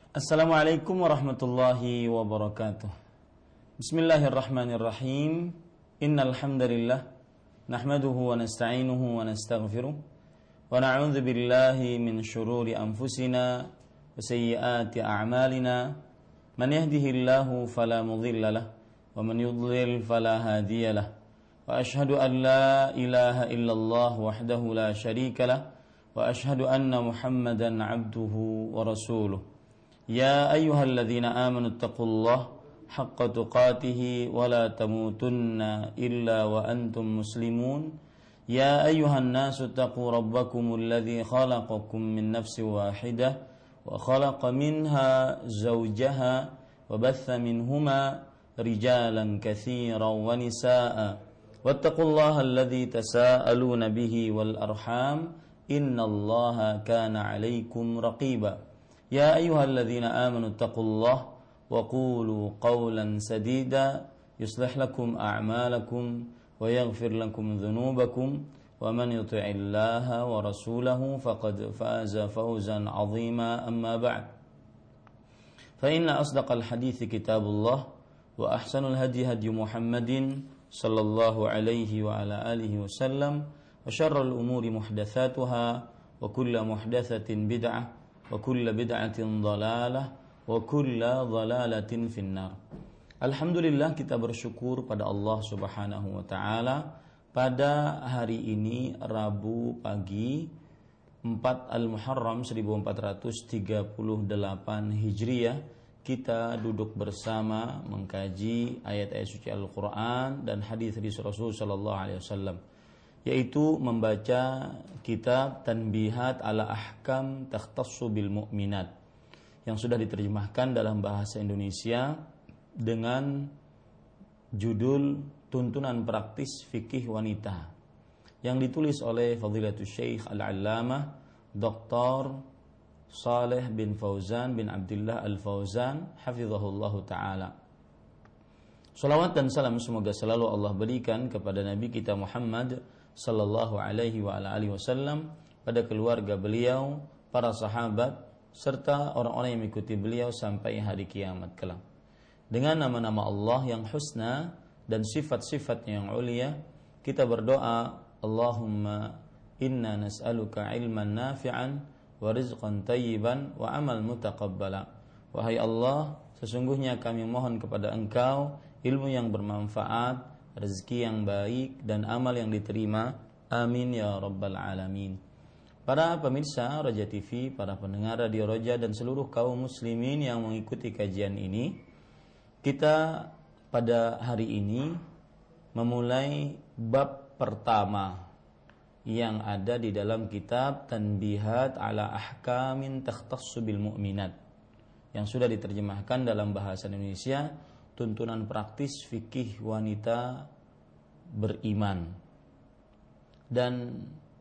Assalamualaikum warahmatullahi wabarakatuh. Bismillahirrahmanirrahim. Innal hamdalillah nahmaduhu wa nasta'inuhu wa nastaghfiruh wa na'udzu billahi min shururi anfusina wa sayyiati a'malina. Man yahdihillahu fala mudilla lahu wa man yudlil fala hadiya lahu. Wa ashhadu an la ilaha illallah wahdahu la syarika lahu wa ashhadu anna Muhammadan 'abduhu wa rasuluh. يا أيها الذين آمنوا اتقوا الله حق تقاته ولا تموتن إلا وأنتم مسلمون يا أيها الناس اتقوا ربكم الذي خلقكم من نفس واحدة وخلق منها زوجها وبث منهما رجالا كثيرا ونساء واتقوا الله الذي تساءلون به والأرحام إن الله كان عليكم رقيبا يا أيها الذين آمنوا اتقوا الله وقولوا قولا سديدا يصلح لكم أعمالكم ويغفر لكم ذنوبكم ومن يطع الله ورسوله فقد فاز فوزا عظيما أما بعد فإن أصدق الحديث كتاب الله وأحسن الهدي هدي محمد صلى الله عليه وعلى آله وسلم وشر الأمور محدثاتها وكل محدثة بدعة wa kullu bid'atin dhalalah wa kullu dhalalatin finnar. Alhamdulillah, kita bersyukur pada Allah Subhanahu wa taala pada hari ini Rabu pagi 4 Al-Muharram 1438 Hijriah kita duduk bersama mengkaji ayat-ayat suci Al-Qur'an dan hadis-hadis Rasul sallallahu alaihi wasallam, yaitu membaca kitab Tanbihat ala Ahkam Takhtassu bil Mu'minat yang sudah diterjemahkan dalam bahasa Indonesia dengan judul Tuntunan Praktis Fikih Wanita yang ditulis oleh Fadilatul Syekh Al-Allamah Dr. Saleh bin Fauzan bin Abdullah Al-Fauzan hafizahullahu ta'ala. Salawat dan salam semoga selalu Allah berikan kepada Nabi kita Muhammad sallallahu alaihi wa ala alihi wasallam, pada keluarga beliau, para sahabat, serta orang-orang yang mengikuti beliau sampai hari kiamat kelak. Dengan nama-nama Allah yang husna dan sifat-sifatnya yang ulia, kita berdoa, Allahumma inna nas'aluka ilman nafi'an wa rizqan tayyiban wa amal mutaqabbala. Wahai Allah, sesungguhnya kami mohon kepada Engkau ilmu yang bermanfaat, rezeki yang baik, dan amal yang diterima. Amin ya rabbal alamin. Para pemirsa Roja TV, para pendengar Radio Roja, dan seluruh kaum muslimin yang mengikuti kajian ini, kita pada hari ini memulai bab pertama yang ada di dalam kitab Tanbihat ala Ahkamin Takhtassu bil Mu'minat yang sudah diterjemahkan dalam bahasa Indonesia, Tuntunan Praktis Fikih Wanita Beriman. Dan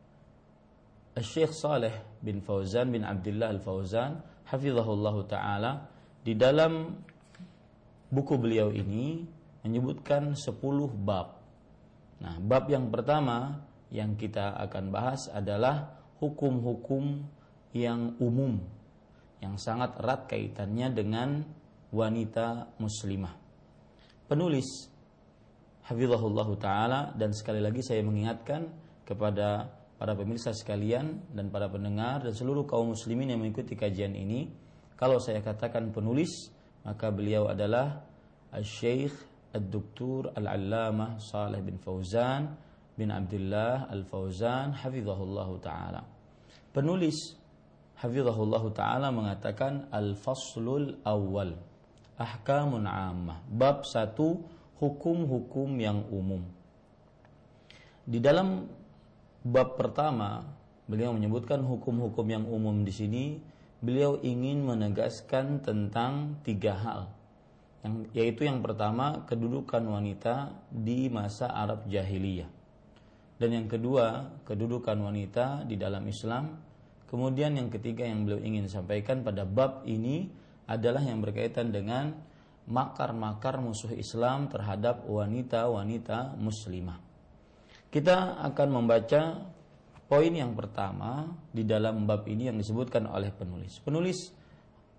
Syekh Saleh bin Fauzan bin Abdullah Al-Fauzan hafizahullahu ta'ala di dalam buku beliau ini menyebutkan 10 bab. Nah, bab yang pertama yang kita akan bahas adalah hukum-hukum yang umum yang sangat erat kaitannya dengan wanita muslimah. Penulis hafizahullahu ta'ala, dan sekali lagi saya mengingatkan kepada para pemirsa sekalian dan para pendengar dan seluruh kaum muslimin yang mengikuti kajian ini, kalau saya katakan penulis, maka beliau adalah Al-Syekh Ad-Doktor Al-Allamah Saleh bin Fauzan bin Abdullah Al-Fauzan hafizahullahu ta'ala. Penulis hafizahullahu ta'ala mengatakan Al-Faslul Awwal Ahkamun Ammah, bab 1, hukum-hukum yang umum. Di dalam bab pertama beliau menyebutkan hukum-hukum yang umum. Di sini beliau ingin menegaskan tentang 3 hal, yaitu yang pertama, kedudukan wanita di masa Arab Jahiliyah, dan yang kedua, kedudukan wanita di dalam Islam. Kemudian yang ketiga yang beliau ingin sampaikan pada bab ini adalah yang berkaitan dengan makar-makar musuh Islam terhadap wanita-wanita muslimah. Kita akan membaca poin yang pertama di dalam bab ini yang disebutkan oleh penulis. Penulis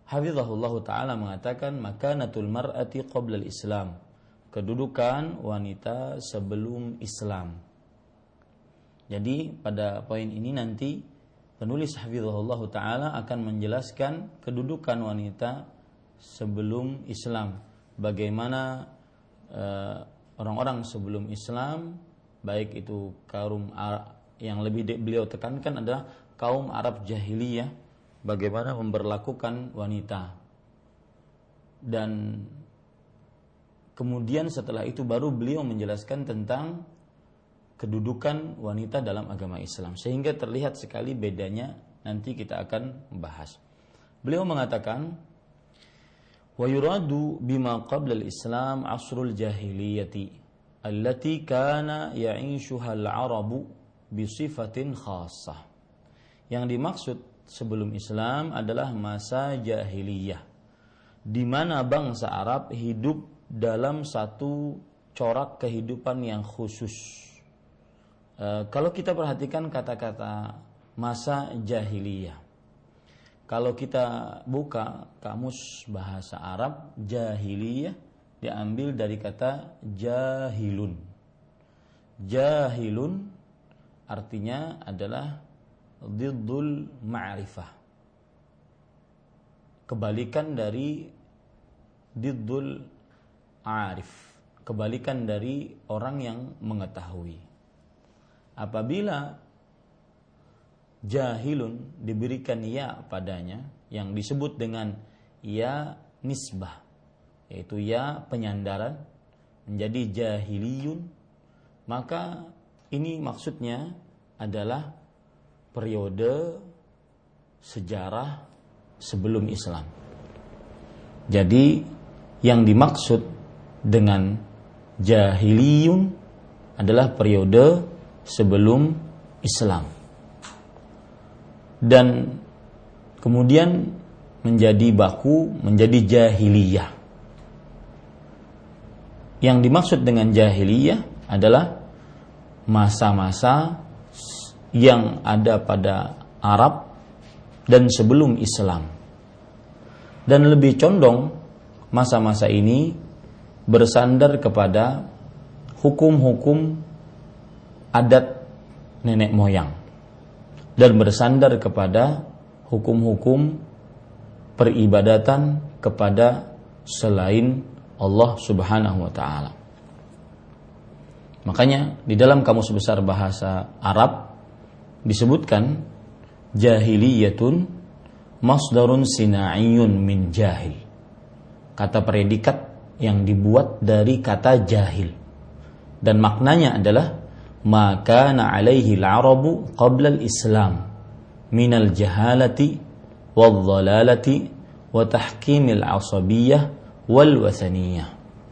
hafizahullah ta'ala mengatakan makanatul mar'ati qabla al-islam, kedudukan wanita sebelum Islam. Jadi pada poin ini nanti penulis hafizahullah ta'ala akan menjelaskan kedudukan wanita sebelum Islam, bagaimana orang-orang sebelum Islam, baik itu kaum yang lebih beliau tekankan adalah kaum Arab jahiliyah, bagaimana memperlakukan wanita. Dan kemudian setelah itu baru beliau menjelaskan tentang kedudukan wanita dalam agama Islam, sehingga terlihat sekali bedanya. Nanti kita akan membahas. Beliau mengatakan, wa yuradu bima qabla al-Islam asrul jahiliyati allati kana ya'ishuha al-arabu bi sifatin khassah. Yang dimaksud sebelum Islam adalah masa jahiliyah, di mana bangsa Arab hidup dalam satu corak kehidupan yang khusus. Kalau kita perhatikan kata-kata masa jahiliyah, kalau kita buka kamus bahasa Arab, jahiliyah diambil dari kata jahilun. Jahilun artinya adalah diddul ma'rifah, kebalikan dari diddul arif, kebalikan dari orang yang mengetahui. Apabila jahilun diberikan ya padanya, yang disebut dengan ya nisbah, yaitu ya penyandaran, menjadi jahiliyun, maka ini maksudnya adalah periode sejarah sebelum Islam. Jadi yang dimaksud dengan jahiliyun adalah periode sebelum Islam, dan kemudian menjadi baku menjadi jahiliyah. Yang dimaksud dengan jahiliyah adalah masa-masa yang ada pada Arab dan sebelum Islam, dan lebih condong masa-masa ini bersandar kepada hukum-hukum adat nenek moyang dan bersandar kepada hukum-hukum peribadatan kepada selain Allah Subhanahu wa taala. Makanya di dalam Kamus Besar Bahasa Arab disebutkan jahiliyatun masdarun sinaiyun min jahil. Kata predikat yang dibuat dari kata jahil, dan maknanya adalah ma kana alaihi al-arabu qabla al-islam minal jahalati wadh-dhalalati wa tahkimil asabiyyah wal wathaniyah.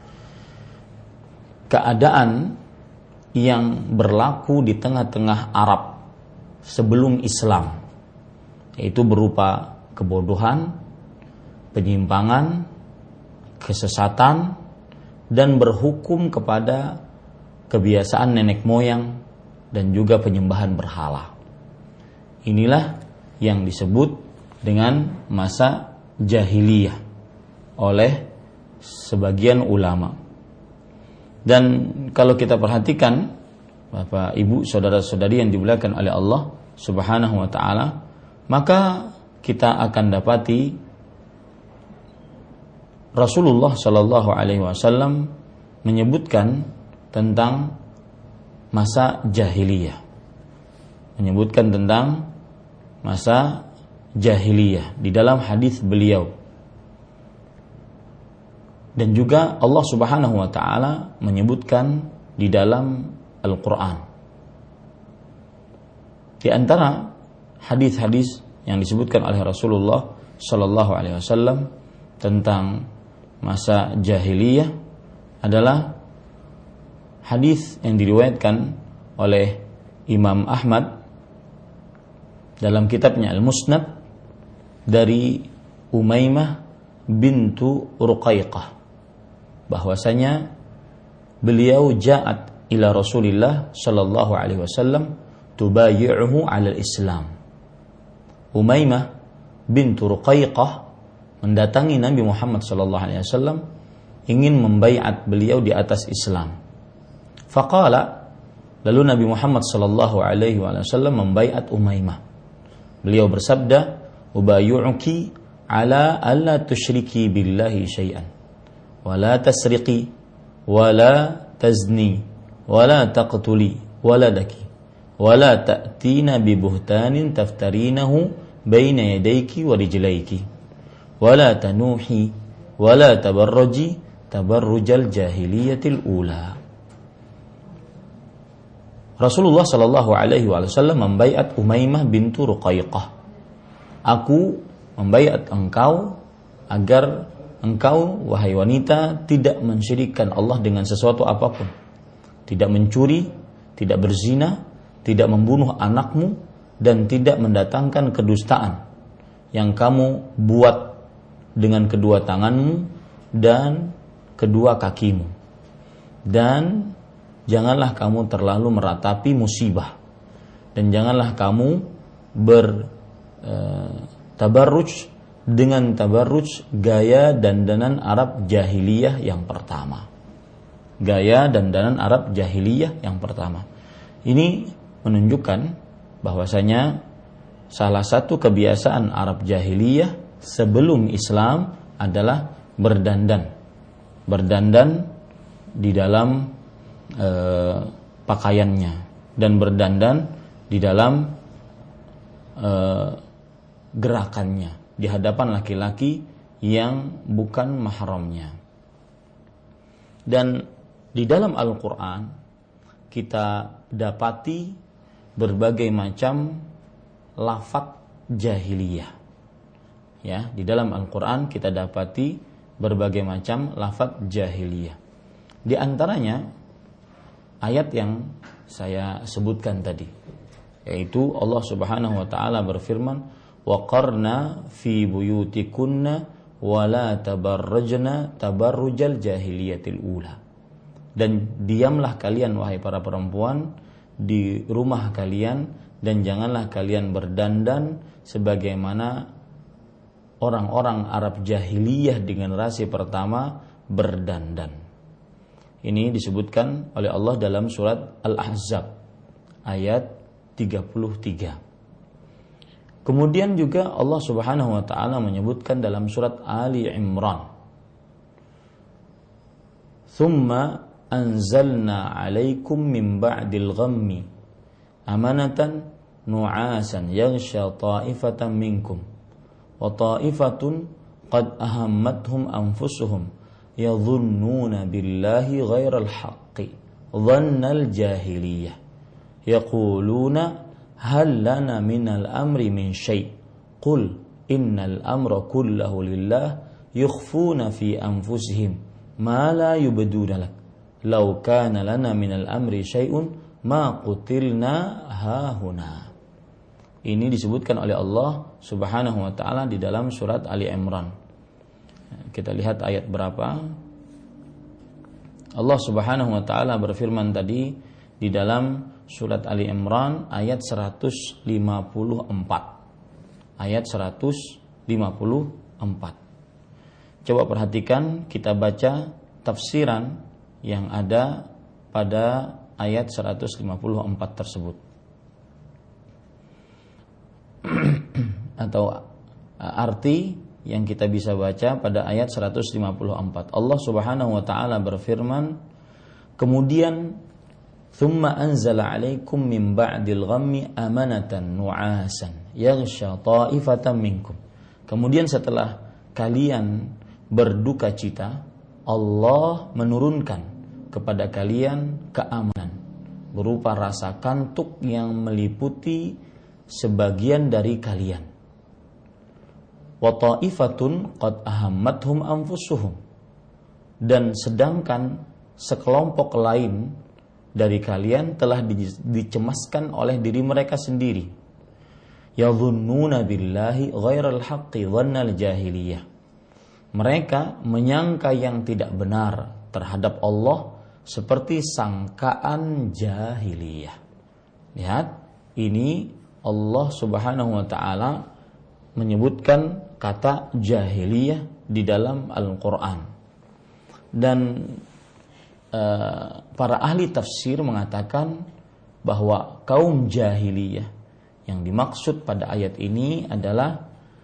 Keadaan yang berlaku di tengah-tengah Arab sebelum Islam, yaitu berupa kebodohan, penyimpangan, kesesatan, dan berhukum kepada kebiasaan nenek moyang dan juga penyembahan berhala. Inilah yang disebut dengan masa jahiliyah oleh sebagian ulama. Dan kalau kita perhatikan, Bapak, Ibu, saudara-saudari yang dimuliakan oleh Allah Subhanahu wa taala, maka kita akan dapati Rasulullah sallallahu alaihi wasallam menyebutkan tentang masa jahiliyah, menyebutkan tentang masa jahiliyah di dalam hadis beliau, dan juga Allah Subhanahu wa taala menyebutkan di dalam Al-Qur'an. Di antara hadis-hadis yang disebutkan oleh Rasulullah sallallahu alaihi wasallam tentang masa jahiliyah adalah hadis yang diriwayatkan oleh Imam Ahmad dalam kitabnya Al-Musnad dari Umaymah bintu Ruqayqah, bahwasanya beliau ja'at ila Rasulillah sallallahu alaihi wasallam tubayyi'uhu 'ala al-Islam. Umaymah bintu Ruqayqah mendatangi Nabi Muhammad SAW, ingin membaiat beliau di atas Islam. Faqala, lalu Nabi Muhammad SAW membaiat Umaymah. Beliau bersabda, ubayyuki ala alla tusyriki billahi syai'an, wa la tasriqi, wa la tazni, wa la taqtuli waladaki, wa la ta'tina bi buhtanin taftarinahu baina yadayki wa rijlayki, wa la tanuhi, wa la tabarruji tabarrujal jahiliyatil ula. Rasulullah sallallahu alaihi wasallam membaiat Umaymah bintu Ruqaiqah. Aku membaiat engkau agar engkau, wahai wanita, tidak mensyirikkan Allah dengan sesuatu apapun. Tidak mencuri, tidak berzina, tidak membunuh anakmu, dan tidak mendatangkan kedustaan yang kamu buat dengan kedua tanganmu dan kedua kakimu. Dan janganlah kamu terlalu meratapi musibah, dan janganlah kamu bertabarruj dengan tabarruj gaya dandanan Arab jahiliyah yang pertama. Gaya dandanan Arab jahiliyah yang pertama. Ini menunjukkan bahwasanya salah satu kebiasaan Arab jahiliyah sebelum Islam adalah berdandan di dalam pakaiannya, dan berdandan di dalam gerakannya di hadapan laki-laki yang bukan mahramnya. Dan di dalam Al-Quran kita dapati berbagai macam lafaz jahiliyah. Ya, di dalam Al-Quran kita dapati berbagai macam lafaz jahiliyah. Di antaranya ayat yang saya sebutkan tadi, yaitu Allah Subhanahu wa taala berfirman, wa qarna fi buyutikunna wa la tabarrajna tabarrujal jahiliyatil ula. Dan diamlah kalian wahai para perempuan di rumah kalian, dan janganlah kalian berdandan sebagaimana orang-orang Arab jahiliyah di generasi pertama berdandan. Ini disebutkan oleh Allah dalam surat Al-Ahzab ayat 33. Kemudian juga Allah Subhanahu wa taala menyebutkan dalam surat Ali Imran, "Tsumma anzalna 'alaikum min ba'dil ghammi amanatan nu'asan yaghsha ta'ifatan minkum wa ta'ifatun qad ahammathum anfusuhum yadhunnuna billahi ghairal haqqi dhannal jahiliyah yaquluna hal lana minal amri min syai' qul innal amra kullahu lillah yukhfuna fi anfusihim ma la yubduna lak law kana lana minal amri syai'un ma qutilna hahuna." Ini disebutkan oleh Allah Subhanahu wa taala di dalam surat Ali Imran. Kita lihat ayat berapa. Allah Subhanahu wa taala berfirman tadi di dalam surat Ali Imran ayat 154. Ayat 154. Coba perhatikan, kita baca tafsiran yang ada pada ayat 154 tersebut. Atau arti yang kita bisa baca pada ayat 154. Allah Subhanahu wa taala berfirman, kemudian thumma anzala 'alaikum min ba'dil ghammi amanatan nu'asan yaghsha ta'ifatan minkum. Kemudian setelah kalian berduka cita, Allah menurunkan kepada kalian keamanan berupa rasa kantuk yang meliputi sebagian dari kalian. Wa ta'ifatun qad ahammathum anfusuhum, dan sedangkan sekelompok lain dari kalian telah dicemaskan oleh diri mereka sendiri. Yadhunnuna billahi ghairal haqqi dhannal jahiliyah. Mereka menyangka yang tidak benar terhadap Allah seperti sangkaan jahiliyah. Lihat, ini Allah Subhanahu wa taala menyebutkan kata jahiliyah di dalam Al-Quran. Dan para ahli tafsir mengatakan bahwa kaum jahiliyah yang dimaksud pada ayat ini adalah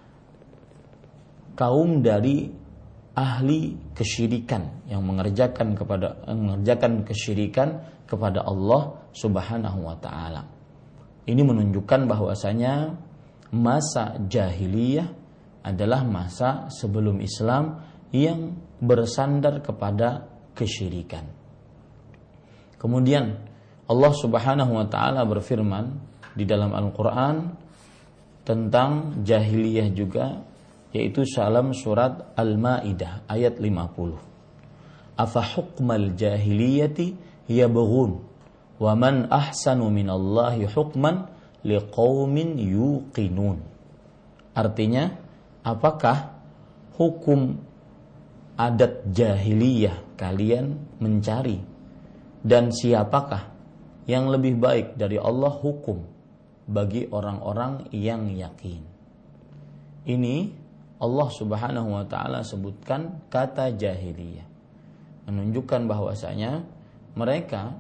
kaum dari ahli kesyirikan yang mengerjakan kesyirikan kepada Allah Subhanahu wa taala. Ini menunjukkan bahwasanya masa jahiliyah adalah masa sebelum Islam yang bersandar kepada kesyirikan. Kemudian Allah Subhanahu wa taala berfirman di dalam Al-Qur'an tentang jahiliyah juga, yaitu dalam surat Al-Maidah ayat 50. Afa hukmal jahiliyati yabghun wa man ahsanu minallahi hukman liqaumin yuqinun. Artinya, apakah hukum adat jahiliyah kalian mencari, dan siapakah yang lebih baik dari Allah hukum bagi orang-orang yang yakin. Ini Allah Subhanahu wa taala sebutkan kata jahiliyah, menunjukkan bahwasanya mereka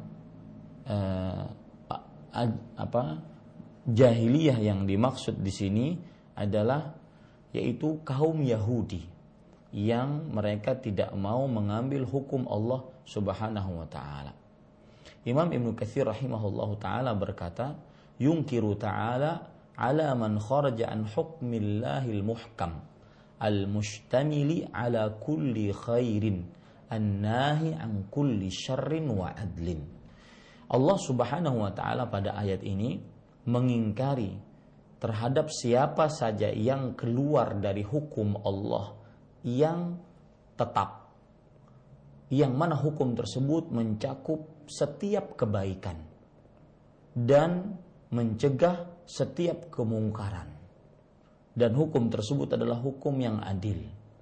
jahiliyah yang dimaksud di sini adalah yaitu kaum Yahudi yang mereka tidak mau mengambil hukum Allah Subhanahu wa taala. Imam Ibnu Katsir rahimahullahu taala berkata, yunkiru ta'ala ala man kharaja an hukmillahil muhkam al-mustamili ala kulli khairin an-nahi an kulli syarrin wa adlin. Allah Subhanahu wa taala pada ayat ini mengingkari terhadap siapa saja yang keluar dari hukum Allah yang tetap, yang mana hukum tersebut mencakup setiap kebaikan dan mencegah setiap kemungkaran, dan hukum tersebut adalah hukum yang adil.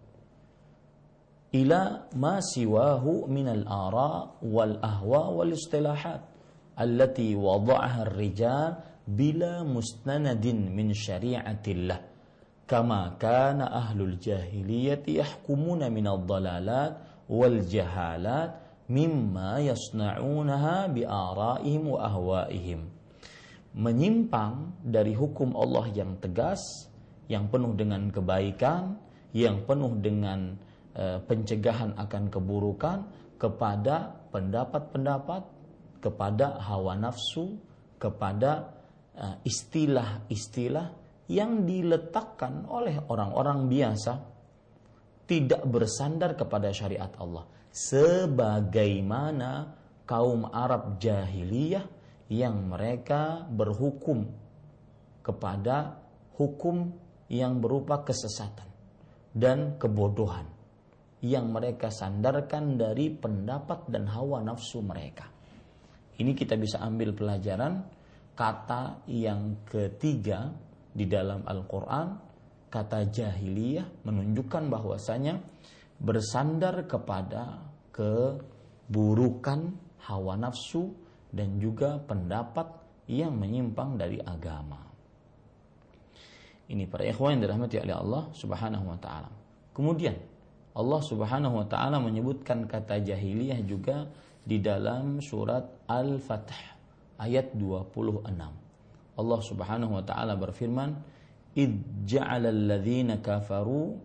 Ila ma siwahu minal ara wal ahwa wal istilahat allati wada'aha ar-rijal bila mustanadin min syari'atillah kama kana ahlul jahiliyati yahkumuna minad dhalalat wal jahalat mimma yasna'unaha bi ara'ihim wa ahwa'ihim. Menyimpang dari hukum Allah yang tegas, yang penuh dengan kebaikan, yang penuh dengan pencegahan akan keburukan, kepada pendapat-pendapat, kepada hawa nafsu, kepada istilah-istilah yang diletakkan oleh orang-orang biasa, tidak bersandar kepada syariat Allah, sebagaimana kaum Arab jahiliyah yang mereka berhukum kepada hukum yang berupa kesesatan dan kebodohan yang mereka sandarkan dari pendapat dan hawa nafsu mereka. Ini kita bisa ambil pelajaran kata yang ketiga di dalam Al-Quran, kata jahiliyah, menunjukkan bahwasanya bersandar kepada keburukan hawa nafsu dan juga pendapat yang menyimpang dari agama. Ini para ikhwan yang dirahmati oleh Allah Subhanahu wa taala. Kemudian Allah Subhanahu wa taala menyebutkan kata jahiliyah juga di dalam surat Al-Fath ayat 26. Allah Subhanahu wa taala berfirman, "Id ja'ala alladziina kafaru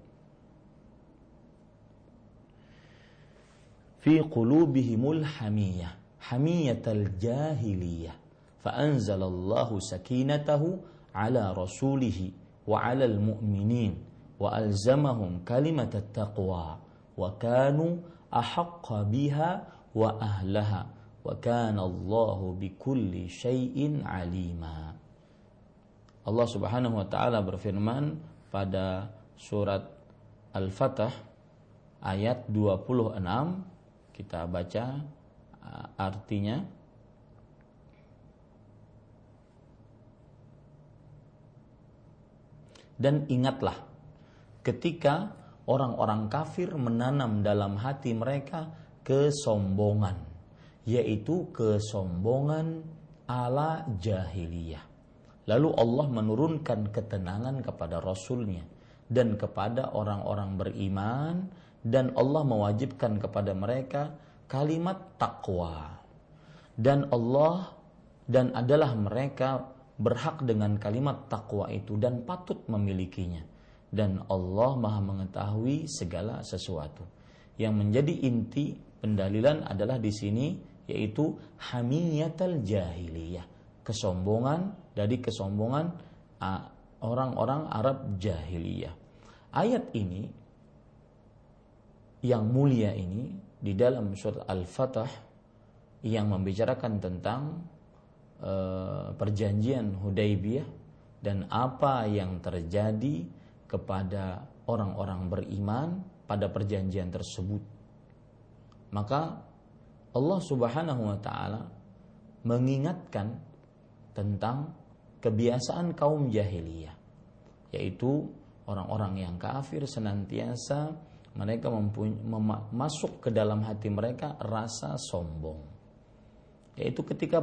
fi qulubihimul hamiyatal jahiliyah fa anzalallahu sakinatahu ala rasulihi wa 'alal mu'minin wa alzamahum kalimatat taqwa wa kanu ahaqqa biha wa ahlaha wa kana Allahu bikulli syai'in 'alima." Allah Subhanahu wa taala berfirman pada surat Al-Fath ayat 26, kita baca artinya. Dan ingatlah ketika orang-orang kafir menanam dalam hati mereka kesombongan, yaitu kesombongan ala jahiliyah. Lalu Allah menurunkan ketenangan kepada Rasulnya dan kepada orang-orang beriman, dan Allah mewajibkan kepada mereka kalimat takwa. Dan adalah mereka berhak dengan kalimat takwa itu dan patut memilikinya. Dan Allah Maha mengetahui segala sesuatu. Yang menjadi inti pendalilan adalah di sini, yaitu hamiyatul jahiliyah, kesombongan orang-orang Arab jahiliyah. Ayat ini yang mulia ini di dalam surat Al-Fatah yang membicarakan tentang perjanjian Hudaybiyah dan apa yang terjadi kepada orang-orang beriman pada perjanjian tersebut. Maka Allah Subhanahu wa taala mengingatkan tentang kebiasaan kaum jahiliyah, yaitu orang-orang yang kafir senantiasa mereka masuk ke dalam hati mereka rasa sombong, yaitu ketika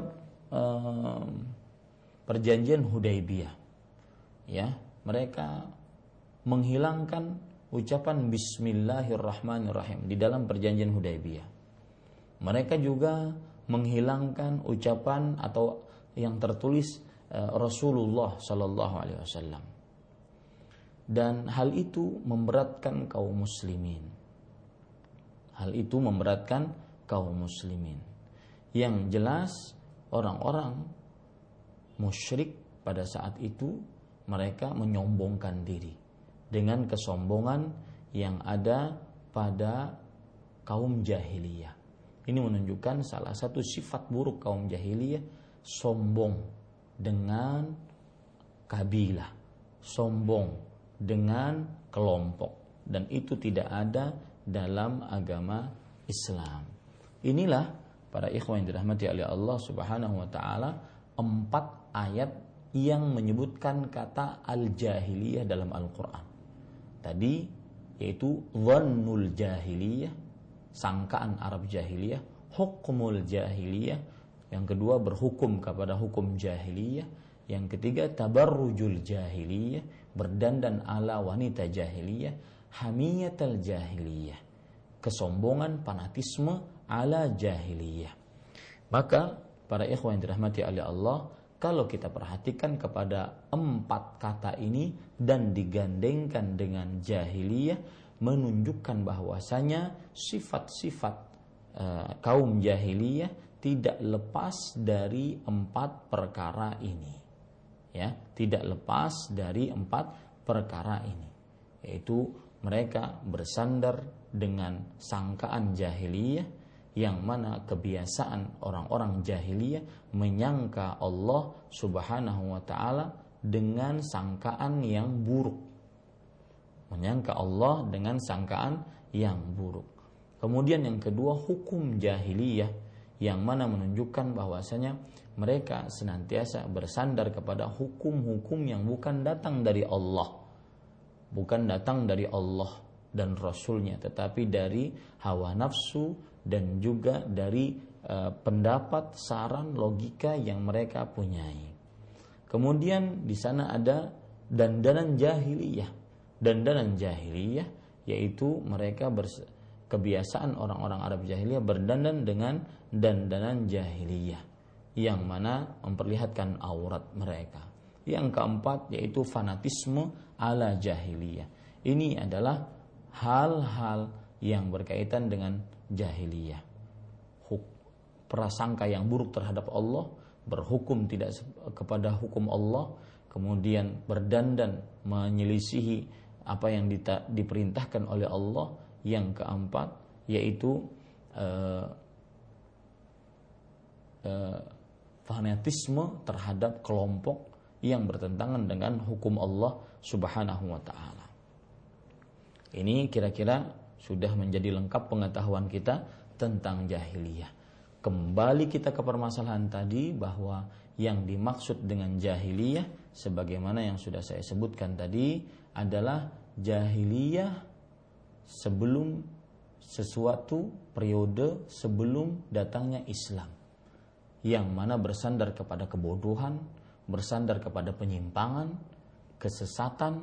perjanjian Hudaybiyah, ya, mereka menghilangkan ucapan Bismillahirrahmanirrahim di dalam perjanjian Hudaybiyah. Mereka juga menghilangkan ucapan atau yang tertulis Rasulullah Sallallahu Alaihi Wasallam, dan hal itu memberatkan kaum muslimin. Yang jelas orang-orang musyrik pada saat itu mereka menyombongkan diri dengan kesombongan yang ada pada kaum jahiliyah. Ini menunjukkan salah satu sifat buruk kaum jahiliyah, sombong dengan kabilah, sombong dengan kelompok, dan itu tidak ada dalam agama Islam. Inilah para ikhwan yang dirahmati oleh Allah Subhanahu wa taala, 4 ayat yang menyebutkan kata al-jahiliyah dalam Al-Qur'an. Tadi yaitu dhannul jahiliyah, sangkaan Arab jahiliyah, hukmul jahiliyah, yang kedua berhukum kepada hukum jahiliyah, yang ketiga tabarrujul jahiliyah, berdandan ala wanita jahiliyah, hamiyatul jahiliyah, kesombongan, fanatisme ala jahiliyah. Maka para ikhwan yang dirahmati oleh Allah, kalau kita perhatikan kepada 4 kata ini dan digandengkan dengan jahiliyah, menunjukkan bahwasanya sifat-sifat kaum jahiliyah tidak lepas dari 4 perkara ini, ya, tidak lepas dari 4 perkara ini, yaitu mereka bersandar dengan sangkaan jahiliyah, yang mana kebiasaan orang-orang jahiliyah menyangka Allah Subhanahu wa taala dengan sangkaan yang buruk. Menyangka Allah dengan sangkaan yang buruk. Kemudian yang kedua, hukum jahiliyah, yang mana menunjukkan bahwasanya mereka senantiasa bersandar kepada hukum-hukum yang bukan datang dari Allah. Bukan datang dari Allah dan Rasulnya, tetapi dari hawa nafsu dan juga dari pendapat, saran, logika yang mereka punyai. Kemudian di sana ada dandanan jahiliyah. Dandanan jahiliyah yaitu mereka kebiasaan orang-orang Arab jahiliyah berdandan dengan dandanan jahiliyah, yang mana memperlihatkan aurat mereka. Yang keempat yaitu fanatisme ala jahiliyah. Ini adalah hal-hal yang berkaitan dengan jahiliyah. Prasangka yang buruk terhadap Allah, berhukum tidak kepada hukum Allah, kemudian berdandan menyelisihi apa yang diperintahkan oleh Allah. Yang keempat yaitu fanatisme terhadap kelompok yang bertentangan dengan hukum Allah Subhanahu wa taala. Ini kira-kira sudah menjadi lengkap pengetahuan kita tentang jahiliyah. Kembali kita ke permasalahan tadi, bahwa yang dimaksud dengan jahiliyah sebagaimana yang sudah saya sebutkan tadi adalah jahiliyah sebelum sesuatu periode sebelum datangnya Islam, yang mana bersandar kepada kebodohan, bersandar kepada penyimpangan, kesesatan,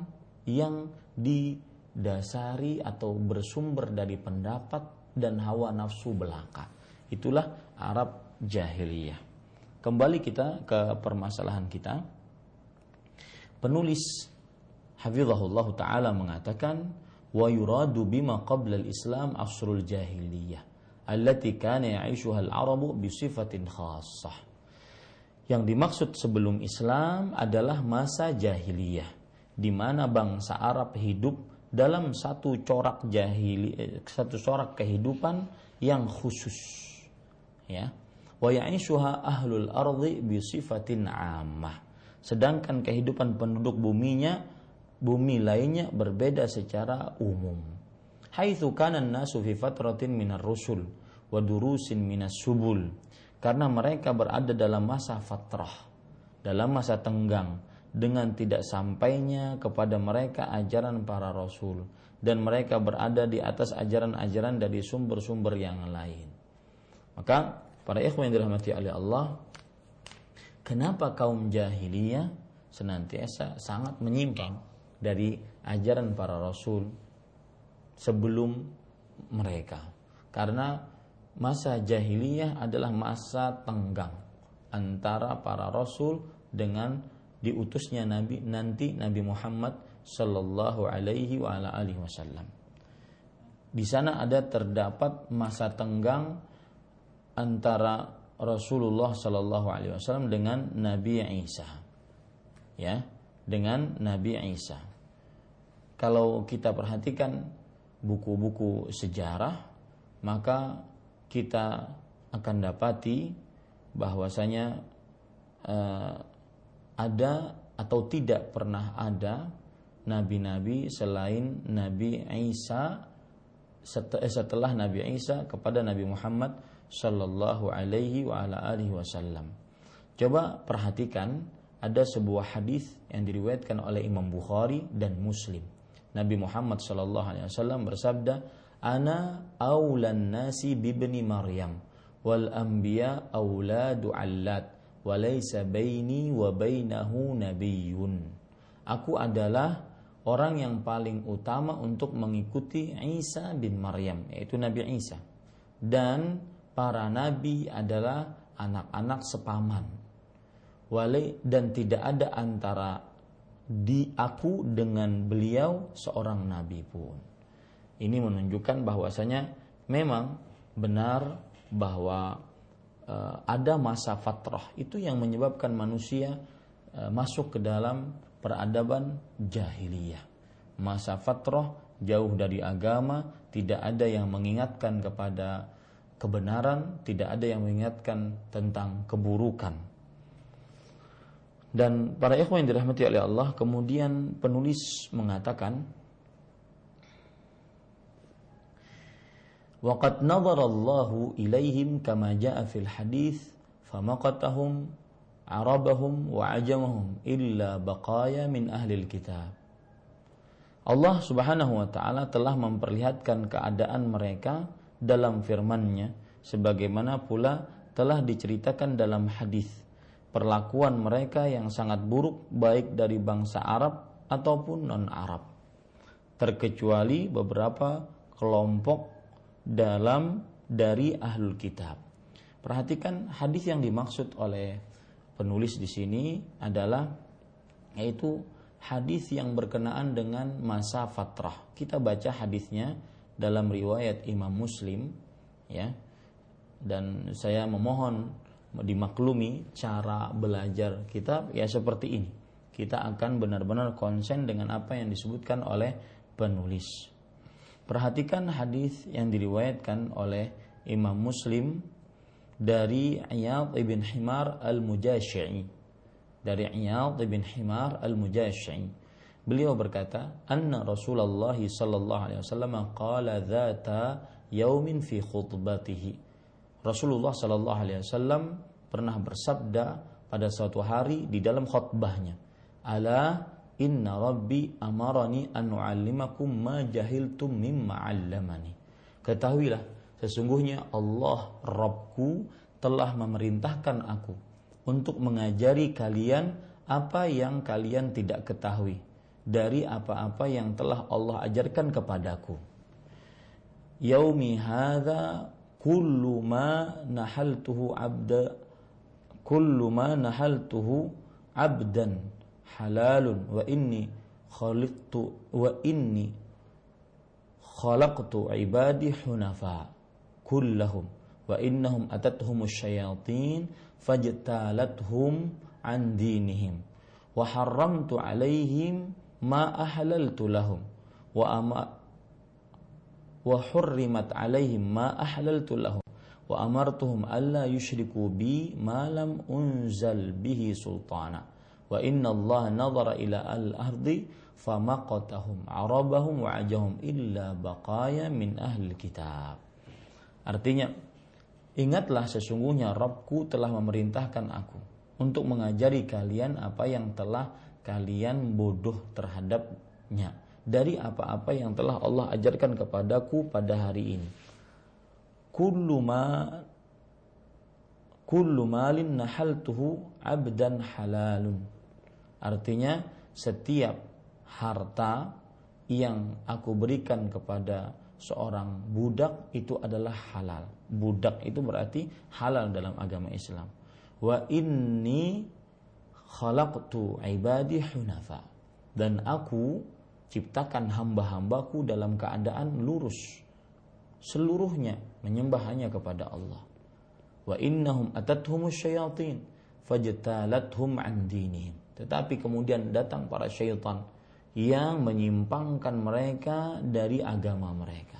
yang didasari atau bersumber dari pendapat dan hawa nafsu belaka. Itulah Arab jahiliyah. Kembali kita ke permasalahan kita. Penulis hafizahullah ta'ala mengatakan, wa yuradu bima qabla al-islam asrul jahiliyah allati kana ya'ishuha al-arabu bisifatin khassah. Yang dimaksud sebelum Islam adalah masa jahiliyah, di mana bangsa Arab hidup dalam satu corak kehidupan yang khusus, ya. Wa ya'ishuha ahlul ardi bisifatin 'ammah. Sedangkan kehidupan penduduk bumi lainnya berbeda secara umum. Haitsu kana an-nasu fi fatratin minar rusul wa durusin minas subul. Karena mereka berada dalam masa fatrah, dalam masa tenggang, dengan tidak sampainya kepada mereka ajaran para rasul, dan mereka berada di atas ajaran-ajaran dari sumber-sumber yang lain. Maka para ikhwan yang dirahmati oleh Allah, kenapa kaum jahiliyah senantiasa sangat menyimpang dari ajaran para rasul sebelum mereka? Karena masa jahiliyah adalah masa tenggang antara para rasul dengan diutusnya Nabi Muhammad sallallahu alaihi wa ala alihi wasallam. Di sana terdapat masa tenggang antara Rasulullah sallallahu alaihi wasallam dengan Nabi Isa. Ya, dengan Nabi Isa. Kalau kita perhatikan buku-buku sejarah, maka kita akan dapati bahwasanya ada atau tidak pernah ada nabi-nabi selain Nabi Isa setelah Nabi Isa kepada Nabi Muhammad sallallahu alaihi wa ala alihi wasallam. Coba perhatikan, ada sebuah hadis yang diriwayatkan oleh Imam Bukhari dan Muslim. Nabi Muhammad sallallahu alaihi wasallam bersabda, "Ana aulan nasi bibni Maryam wal anbiya auladu allat wa laysa baini wa bainahu nabiyyun." Aku adalah orang yang paling utama untuk mengikuti Isa bin Maryam, yaitu Nabi Isa. Dan para nabi adalah anak-anak sepaman. Dan tidak ada antara aku dengan beliau seorang nabi pun. Ini menunjukkan bahwasanya memang benar bahwa ada masa fatrah itu yang menyebabkan manusia masuk ke dalam peradaban jahiliyah. Masa fatrah jauh dari agama, tidak ada yang mengingatkan kepada kebenaran, tidak ada yang mengingatkan tentang keburukan. Dan para ikhwan yang dirahmati oleh Allah, kemudian penulis mengatakan, waqad nadhara Allahu ilaihim kama jaa fil hadits famaqatahum arabahum wa ajamahum illa baqaya min ahlil kitab. Allah Subhanahu wa taala telah memperlihatkan keadaan mereka dalam firman-Nya, sebagaimana pula telah diceritakan dalam hadis perlakuan mereka yang sangat buruk baik dari bangsa Arab ataupun non-Arab, terkecuali beberapa kelompok dari ahlul kitab. Perhatikan hadis yang dimaksud oleh penulis di sini adalah yaitu hadis yang berkenaan dengan masa fatrah. Kita baca hadisnya dalam riwayat Imam Muslim, ya. Dan saya memohon dimaklumi cara belajar kitab ya seperti ini. Kita akan benar-benar konsen dengan apa yang disebutkan oleh penulis. Perhatikan hadis yang diriwayatkan oleh Imam Muslim dari Iyadh ibn Himar al-Mujashi'i. Dari Iyadh ibn Himar al-Mujashi'i. Beliau berkata, "Anna Rasulullah sallallahu alaihi wasallam qala dzata yaumin fi khutbatihi." Rasulullah sallallahu alaihi wasallam pernah bersabda pada suatu hari di dalam khutbahnya, "Ala inna rabbi amarani an u'allimakum ma jahiltum mimma 'allamani." Ketahuilah, sesungguhnya Allah Rabbku telah memerintahkan aku untuk mengajari kalian apa yang kalian tidak ketahui dari apa-apa yang telah Allah ajarkan kepadaku. Yaumi hadza kullu ma nahaltuhu abdan halalun wa inni khalaqtu ibadi hunafa kullahum wa innahum atathumus syayatin fajtalathum an dinihim wa harramtu alaihim ma ahlaltu lahum wa hurrimat alaihim ma ahlaltu lahum wa amartuhum alla yushriku bi ma lam unzal bihi sultana wa inna Allah nadhara ila al-ardi famaqatahum arabahum wa ajahum illa baqaya min ahli kitab. Artinya, ingatlah sesungguhnya Rabbku telah memerintahkan aku untuk mengajari kalian apa yang telah kalian bodoh terhadapnya dari apa-apa yang telah Allah ajarkan kepadaku pada hari ini. Kullu malin nahaltuhu abdan halalun. Artinya setiap harta yang aku berikan kepada seorang budak itu adalah halal. Budak itu berarti halal dalam agama Islam. Wa inni khalaqtu ibadi hunafa. Dan aku ciptakan hamba-hambaku dalam keadaan lurus. Seluruhnya menyembah hanya kepada Allah. Wa innahum atathumus syayatin fajtalathum an dinihim. Tetapi kemudian datang para syaitan yang menyimpangkan mereka dari agama mereka.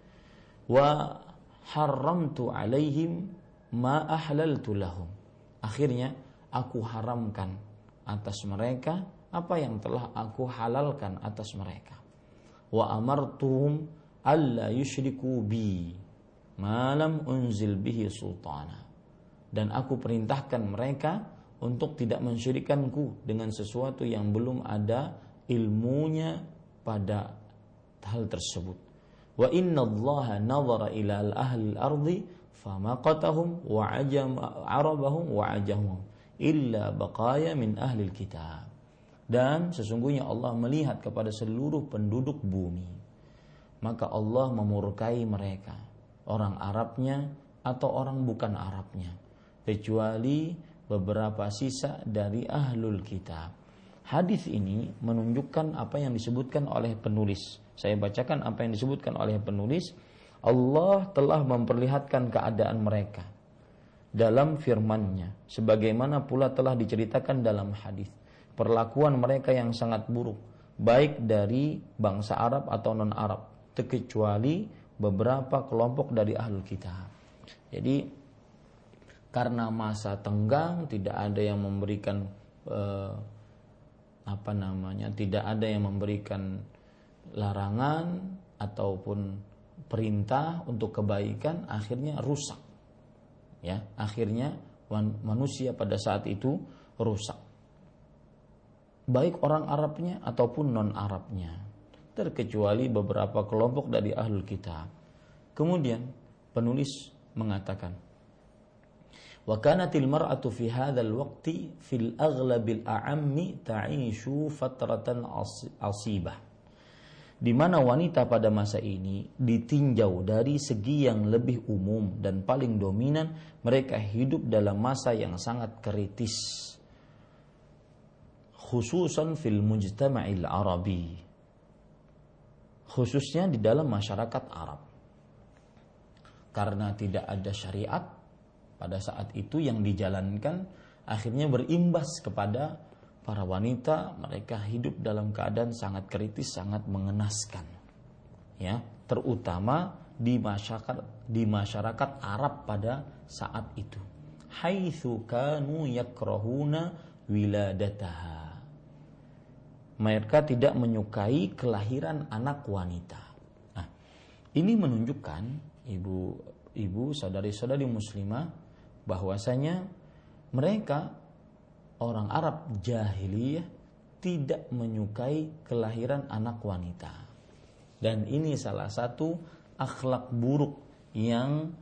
Wa haramtu alaihim ma ahlaltu lahum. Akhirnya aku haramkan atas mereka apa yang telah aku halalkan atas mereka. Wa amartuhum alla yushriku bi ma lam unzil bihi sultana. Dan aku perintahkan mereka untuk tidak mensyirikkanku dengan sesuatu yang belum ada ilmunya pada hal tersebut. Wa inna Allah nadhara ila ahli al-ardi famaqatahum wa arabahum wa ajahum illa baqaya min ahli kitab. Dan sesungguhnya Allah melihat kepada seluruh penduduk bumi, maka Allah memurkai mereka, orang Arabnya atau orang bukan Arabnya, kecuali beberapa sisa dari ahlul kitab. Hadis ini menunjukkan apa yang disebutkan oleh penulis. Saya bacakan apa yang disebutkan oleh penulis. Allah telah memperlihatkan keadaan mereka dalam firman-Nya, sebagaimana pula telah diceritakan dalam hadis. Perlakuan mereka yang sangat buruk, baik dari bangsa Arab atau non-Arab, terkecuali beberapa kelompok dari ahlul kitab. Jadi karena masa tenggang, tidak ada yang memberikan tidak ada yang memberikan larangan ataupun perintah untuk kebaikan, akhirnya rusak. Ya, akhirnya manusia pada saat itu rusak. Baik orang Arabnya ataupun non-Arabnya, terkecuali beberapa kelompok dari ahlul kitab. Kemudian penulis mengatakan, wa kanatil mar'atu fi hadzal waqti fil aghlabil a'ammi ta'ishu fatratan asibah. Di mana wanita pada masa ini ditinjau dari segi yang lebih umum dan paling dominan, mereka hidup dalam masa yang sangat kritis, khususan fil mujtama'il arabi, khususnya di dalam masyarakat Arab. Karena tidak ada syariat pada saat itu yang dijalankan, akhirnya berimbas kepada para wanita. Mereka hidup dalam keadaan sangat kritis, sangat mengenaskan, ya, terutama di masyarakat Arab pada saat itu. Haitsu kanu yakrahuna wiladataha. Mereka tidak menyukai kelahiran anak wanita. Nah, ini menunjukkan ibu, saudari-saudari muslimah, bahwasanya mereka orang Arab jahiliyah tidak menyukai kelahiran anak wanita. Dan ini salah satu akhlak buruk yang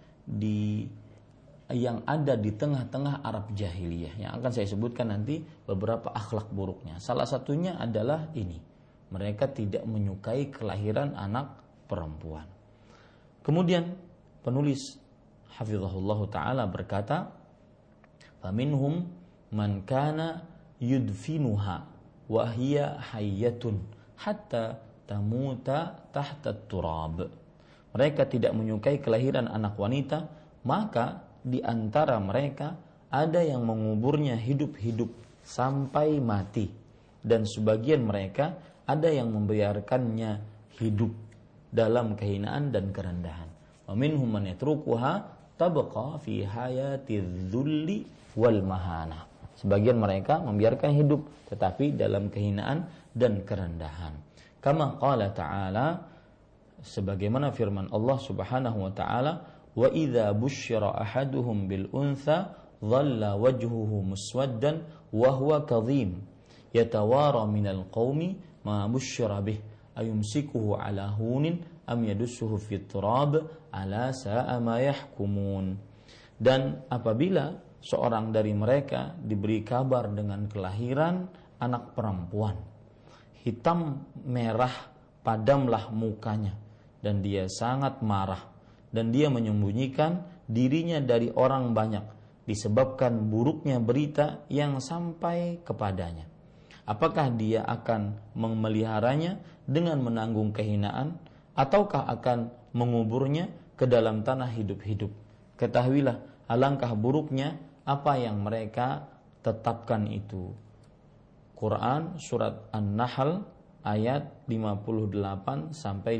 ada di tengah-tengah Arab jahiliyah, yang akan saya sebutkan nanti beberapa akhlak buruknya. Salah satunya adalah ini, mereka tidak menyukai kelahiran anak perempuan. Kemudian penulis hafizahullah taala berkata, faminhum man kana yudfinuha wa hiya hayyatun hatta tamuta tahta turab. Mereka tidak menyukai kelahiran anak wanita, maka di antara mereka ada yang menguburnya hidup-hidup sampai mati, dan sebagian mereka ada yang membiarkannya hidup dalam kehinaan dan kerendahan. Wa minhum man yatrukuha tabqa fi hayatiz zulli wal mahana. Sebagian mereka membiarkan hidup tetapi dalam kehinaan dan kerendahan. Kama qala ta'ala, sebagaimana firman Allah Subhanahu wa ta'ala, wa idza busyira ahaduhum bil untha dhalla wajhuhu muswaddan wa huwa kadhim yatawara minal qaumi ma busyira bih ayumsikuhu ala hunin am yadussuhu fit turab ala sa'a ma yahkumun. Dan apabila seorang dari mereka diberi kabar dengan kelahiran anak perempuan, hitam merah padamlah mukanya dan dia sangat marah, dan dia menyembunyikan dirinya dari orang banyak disebabkan buruknya berita yang sampai kepadanya. Apakah dia akan memeliharanya dengan menanggung kehinaan, ataukah akan menguburnya ke dalam tanah hidup-hidup? Ketahuilah alangkah buruknya apa yang mereka tetapkan itu. Quran surat An-Nahl ayat 58 sampai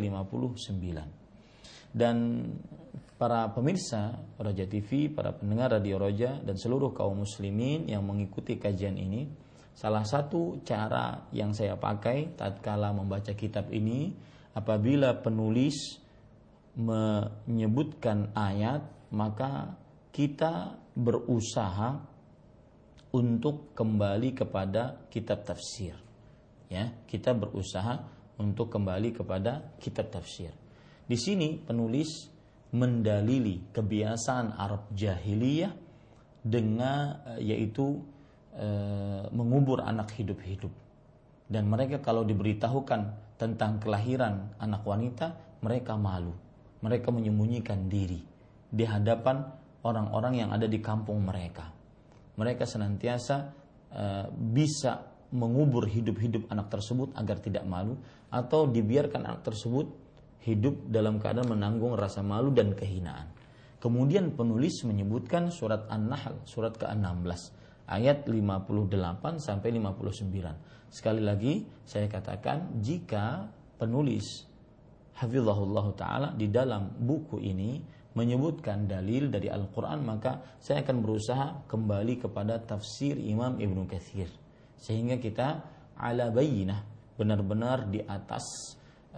59. Dan para pemirsa Roja TV, para pendengar Radio Roja, dan seluruh kaum muslimin yang mengikuti kajian ini, salah satu cara yang saya pakai tatkala membaca kitab ini, apabila penulis menyebutkan ayat, maka kita berusaha untuk kembali kepada kitab tafsir. Ya, kita berusaha untuk kembali kepada kitab tafsir. Di sini penulis mendalili kebiasaan Arab jahiliyah dengan yaitu mengubur anak hidup-hidup. Dan mereka kalau diberitahukan tentang kelahiran anak wanita, mereka malu. Mereka menyembunyikan diri di hadapan orang-orang yang ada di kampung mereka. Mereka senantiasa bisa mengubur hidup-hidup anak tersebut agar tidak malu, atau dibiarkan anak tersebut hidup dalam keadaan menanggung rasa malu dan kehinaan. Kemudian penulis menyebutkan surat An-Nahl, surat ke-16, ayat 58 sampai 59. Sekali lagi saya katakan, jika penulis hafizahullah taala di dalam buku ini menyebutkan dalil dari Al-Quran, maka saya akan berusaha kembali kepada tafsir Imam Ibnu Katsir, sehingga kita ala bayyinah, benar-benar di atas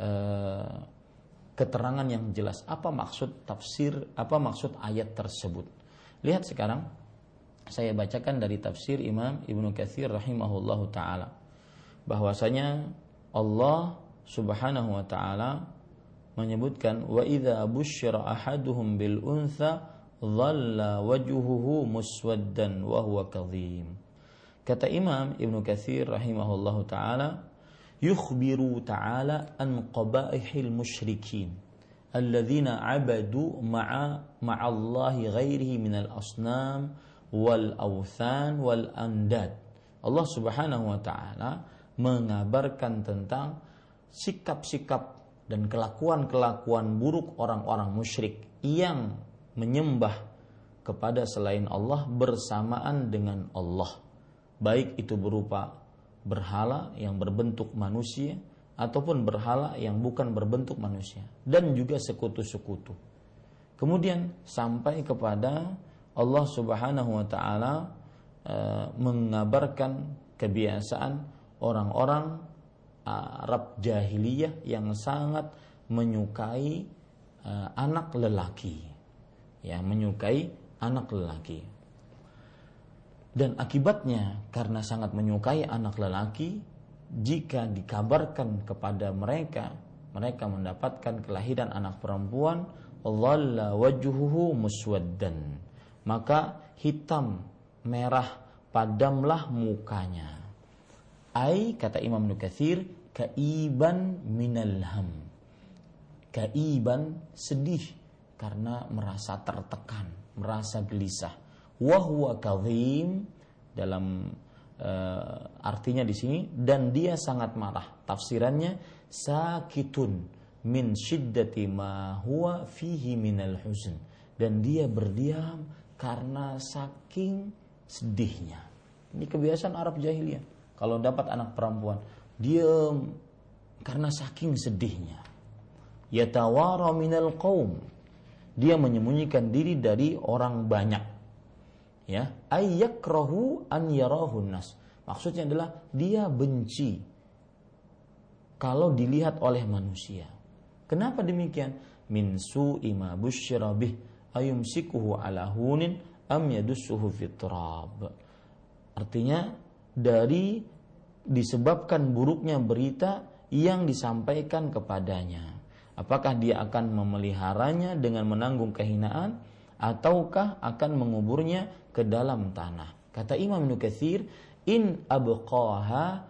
keterangan yang jelas apa maksud tafsir, apa maksud ayat tersebut. Lihat sekarang saya bacakan dari tafsir Imam Ibnu Katsir rahimahullahu taala, bahwasanya Allah Subhanahu wa taala menyebutkan, wa idza busyira ahaduhum bil untha dhalla wajhuhu muswaddan wa huwa kadhim. Kata Imam Ibnu Katsir rahimahullahu taala, yukhbiru ta'ala an qabaihil musyrikin alladzina abadu ma'allahi ghairihi minal asnam wal awthan wal andad. Allah Subhanahu wa taala mengabarkan tentang sikap-sikap dan kelakuan-kelakuan buruk orang-orang musyrik yang menyembah kepada selain Allah bersamaan dengan Allah, baik itu berupa berhala yang berbentuk manusia ataupun berhala yang bukan berbentuk manusia, dan juga sekutu-sekutu. Kemudian sampai kepada Allah Subhanahu wa taala mengabarkan kebiasaan orang-orang Arab jahiliyah yang sangat menyukai anak lelaki, ya, menyukai anak lelaki. Dan akibatnya karena sangat menyukai anak lelaki, jika dikabarkan kepada mereka, mereka mendapatkan kelahiran anak perempuan, dhalla wajhuhu muswaddan, maka hitam merah padamlah mukanya. Ai, kata Imam Ibnu Katsir, kaiban minal ham. Kaiban, sedih karena merasa tertekan, merasa gelisah. Wa huwa kadhim, dalam artinya di sini, dan dia sangat marah. Tafsirannya sakitun min syiddati ma huwa fihi minal huzn, dan dia berdiam karena saking sedihnya. Ini kebiasaan Arab jahiliyah. Kalau dapat anak perempuan, diam karena saking sedihnya. Yatawara minal qaum, dia menyembunyikan diri dari orang banyak. Ya, ayyakrahu an yarahun nas. Maksudnya adalah dia benci kalau dilihat oleh manusia. Kenapa demikian? Min su'i ma busyira bih ayumsikuhu ala hunin am yadussuhu fit turab. Artinya disebabkan buruknya berita yang disampaikan kepadanya. Apakah dia akan memeliharanya dengan menanggung kehinaan, ataukah akan menguburnya ke dalam tanah? Kata Imam Ibnu Katsir, in abqaha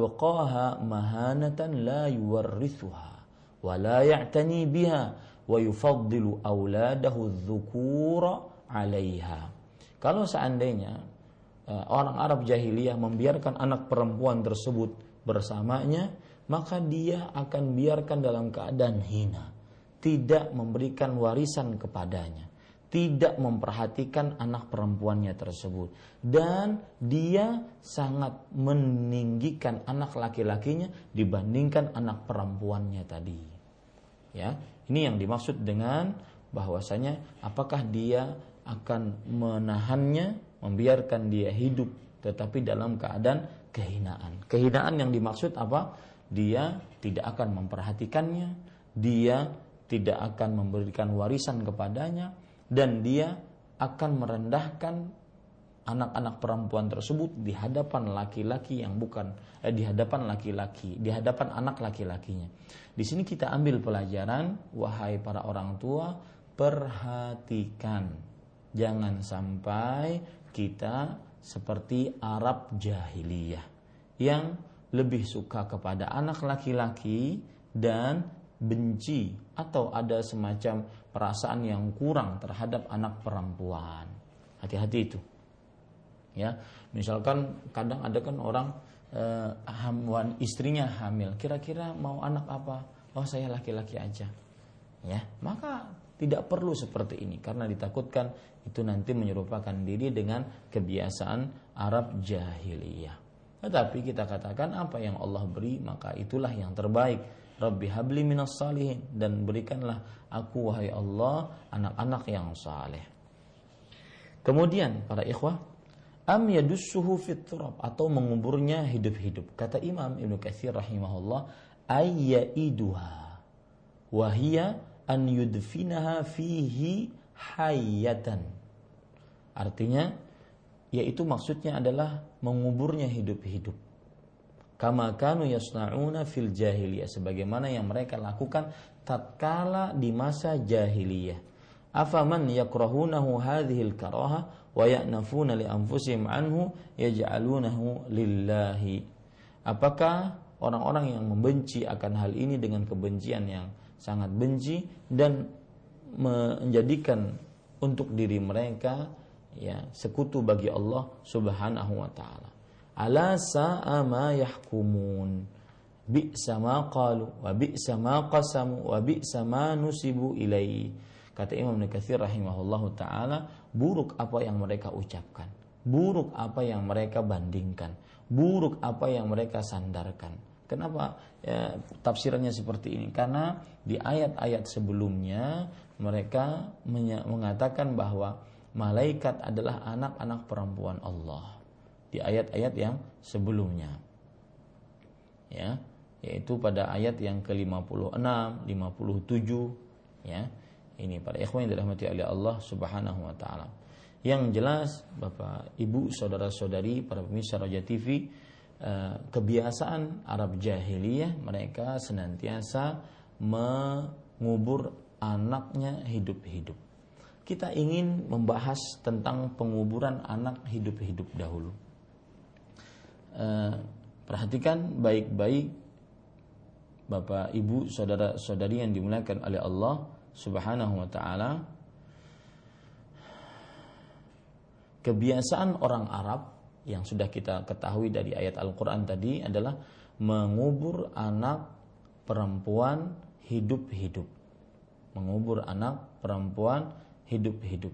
mahanatan la yuwarrithuha wa la ya'tani biha wa yufaddilu auladahu dzukura 'alaiha. Kalau seandainya orang Arab jahiliyah membiarkan anak perempuan tersebut bersamanya, maka dia akan biarkan dalam keadaan hina, tidak memberikan warisan kepadanya, tidak memperhatikan anak perempuannya tersebut, dan dia sangat meninggikan anak laki-lakinya dibandingkan anak perempuannya tadi. Ya, ini yang dimaksud dengan bahwasanya apakah dia akan menahannya, membiarkan dia hidup tetapi dalam keadaan kehinaan. Kehinaan yang dimaksud apa? Dia tidak akan memperhatikannya, dia tidak akan memberikan warisan kepadanya, dan dia akan merendahkan anak-anak perempuan tersebut di hadapan laki-laki yang bukan di hadapan laki-laki, di hadapan anak laki-lakinya. Di sini kita ambil pelajaran, wahai para orang tua, perhatikan, jangan sampai kita seperti Arab jahiliyah yang lebih suka kepada anak laki-laki dan benci atau ada semacam perasaan yang kurang terhadap anak perempuan. Hati-hati itu. Ya, misalkan kadang ada kan orang istrinya hamil, kira-kira mau anak apa? Oh, saya laki-laki aja. Ya, maka tidak perlu seperti ini karena ditakutkan itu nanti menyerupakan diri dengan kebiasaan Arab jahiliyah. Tetapi kita katakan apa yang Allah beri maka itulah yang terbaik. Rabbi habli minas salihin, dan berikanlah aku wahai Allah anak-anak yang saleh. Kemudian para ikhwah, am yadussuhu fit turab, atau menguburnya hidup-hidup. Kata Imam Ibnu Katsir rahimahullah, ayyaiduha wa hiya an yudfinaha fihi hayyatan. Artinya yaitu maksudnya adalah menguburnya hidup-hidup. Kama kanu yasna'una fil jahiliyah, sebagaimana yang mereka lakukan tatkala di masa jahiliyah. Afaman yakrahunahu hadhil karaha wa ya'nafuna li anfusihim anhu yaj'alunahu lillahi. Apakah orang-orang yang membenci akan hal ini dengan kebencian yang sangat benci dan menjadikan untuk diri mereka ya sekutu bagi Allah Subhanahu wa taala. Ala sa'a ma yahkumun, bi'sa ma qalu wa bi'sa ma qasamu wa bi'sa ma nusibu ilaihi. Kata Imam Ibnu Katsir rahimahullahu taala, buruk apa yang mereka ucapkan, buruk apa yang mereka bandingkan, buruk apa yang mereka sandarkan. Kenapa ya, tafsirannya seperti ini? Karena di ayat-ayat sebelumnya mereka mengatakan bahwa malaikat adalah anak-anak perempuan Allah. Di ayat-ayat yang sebelumnya, ya, yaitu pada ayat yang ke-56, 57, ya. Ini para ikhwan yang dirahmati oleh Allah Subhanahu wa taala. Yang jelas Bapak, Ibu, saudara-saudari, para pemirsa Roja TV, kebiasaan Arab jahiliyah mereka senantiasa mengubur anaknya hidup-hidup. Kita ingin membahas tentang penguburan anak hidup-hidup dahulu. Perhatikan baik-baik Bapak, Ibu, saudara-saudari yang dimuliakan oleh Allah Subhanahu wa taala, kebiasaan orang Arab yang sudah kita ketahui dari ayat Al-Qur'an tadi adalah mengubur anak perempuan hidup-hidup. Mengubur anak perempuan hidup-hidup.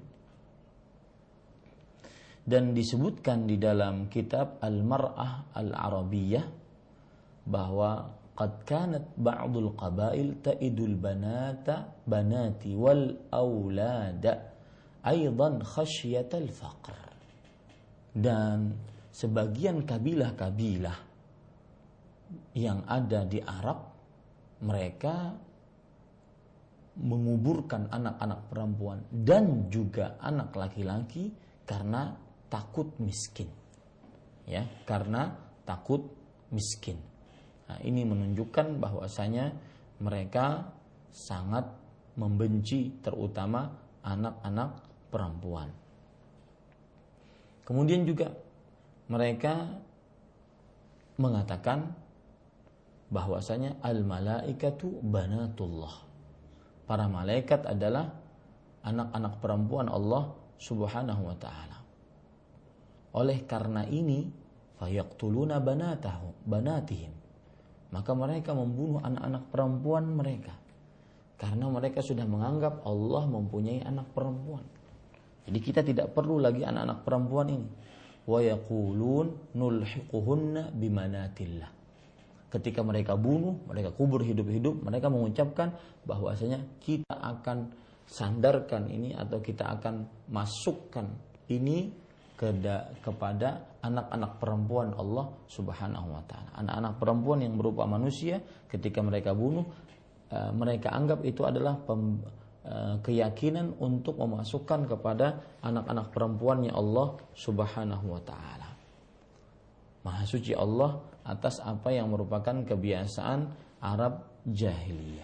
Dan disebutkan di dalam kitab Al-Mar'ah Al-Arabiyah bahwa qad kanat ba'dul qabail ta'idul banati wal aulada aidan khasyatal faqr. Dan sebagian kabilah-kabilah yang ada di Arab, mereka menguburkan anak-anak perempuan dan juga anak laki-laki karena takut miskin. Ya, karena takut miskin. Nah, ini menunjukkan bahwasanya mereka sangat membenci terutama anak-anak perempuan. Kemudian juga mereka mengatakan bahwasanya al-malaikatu banatullah. Para malaikat adalah anak-anak perempuan Allah Subhanahu wa taala. Oleh karena ini, fayaqtuluna banatihim. Maka mereka membunuh anak-anak perempuan mereka. Karena mereka sudah menganggap Allah mempunyai anak perempuan. Jadi kita tidak perlu lagi anak-anak perempuan ini. Wa yaqulun nulhiquhunna bimanatillah. Ketika mereka bunuh, mereka kubur hidup-hidup, mereka mengucapkan bahwasanya kita akan sandarkan ini atau kita akan masukkan ini kepada anak-anak perempuan Allah Subhanahu wa taala. Anak-anak perempuan yang berupa manusia, ketika mereka bunuh, mereka anggap itu adalah keyakinan untuk memasukkan kepada anak-anak perempuannya Allah Subhanahu wa taala. Maha suci Allah atas apa yang merupakan kebiasaan Arab jahiliyah.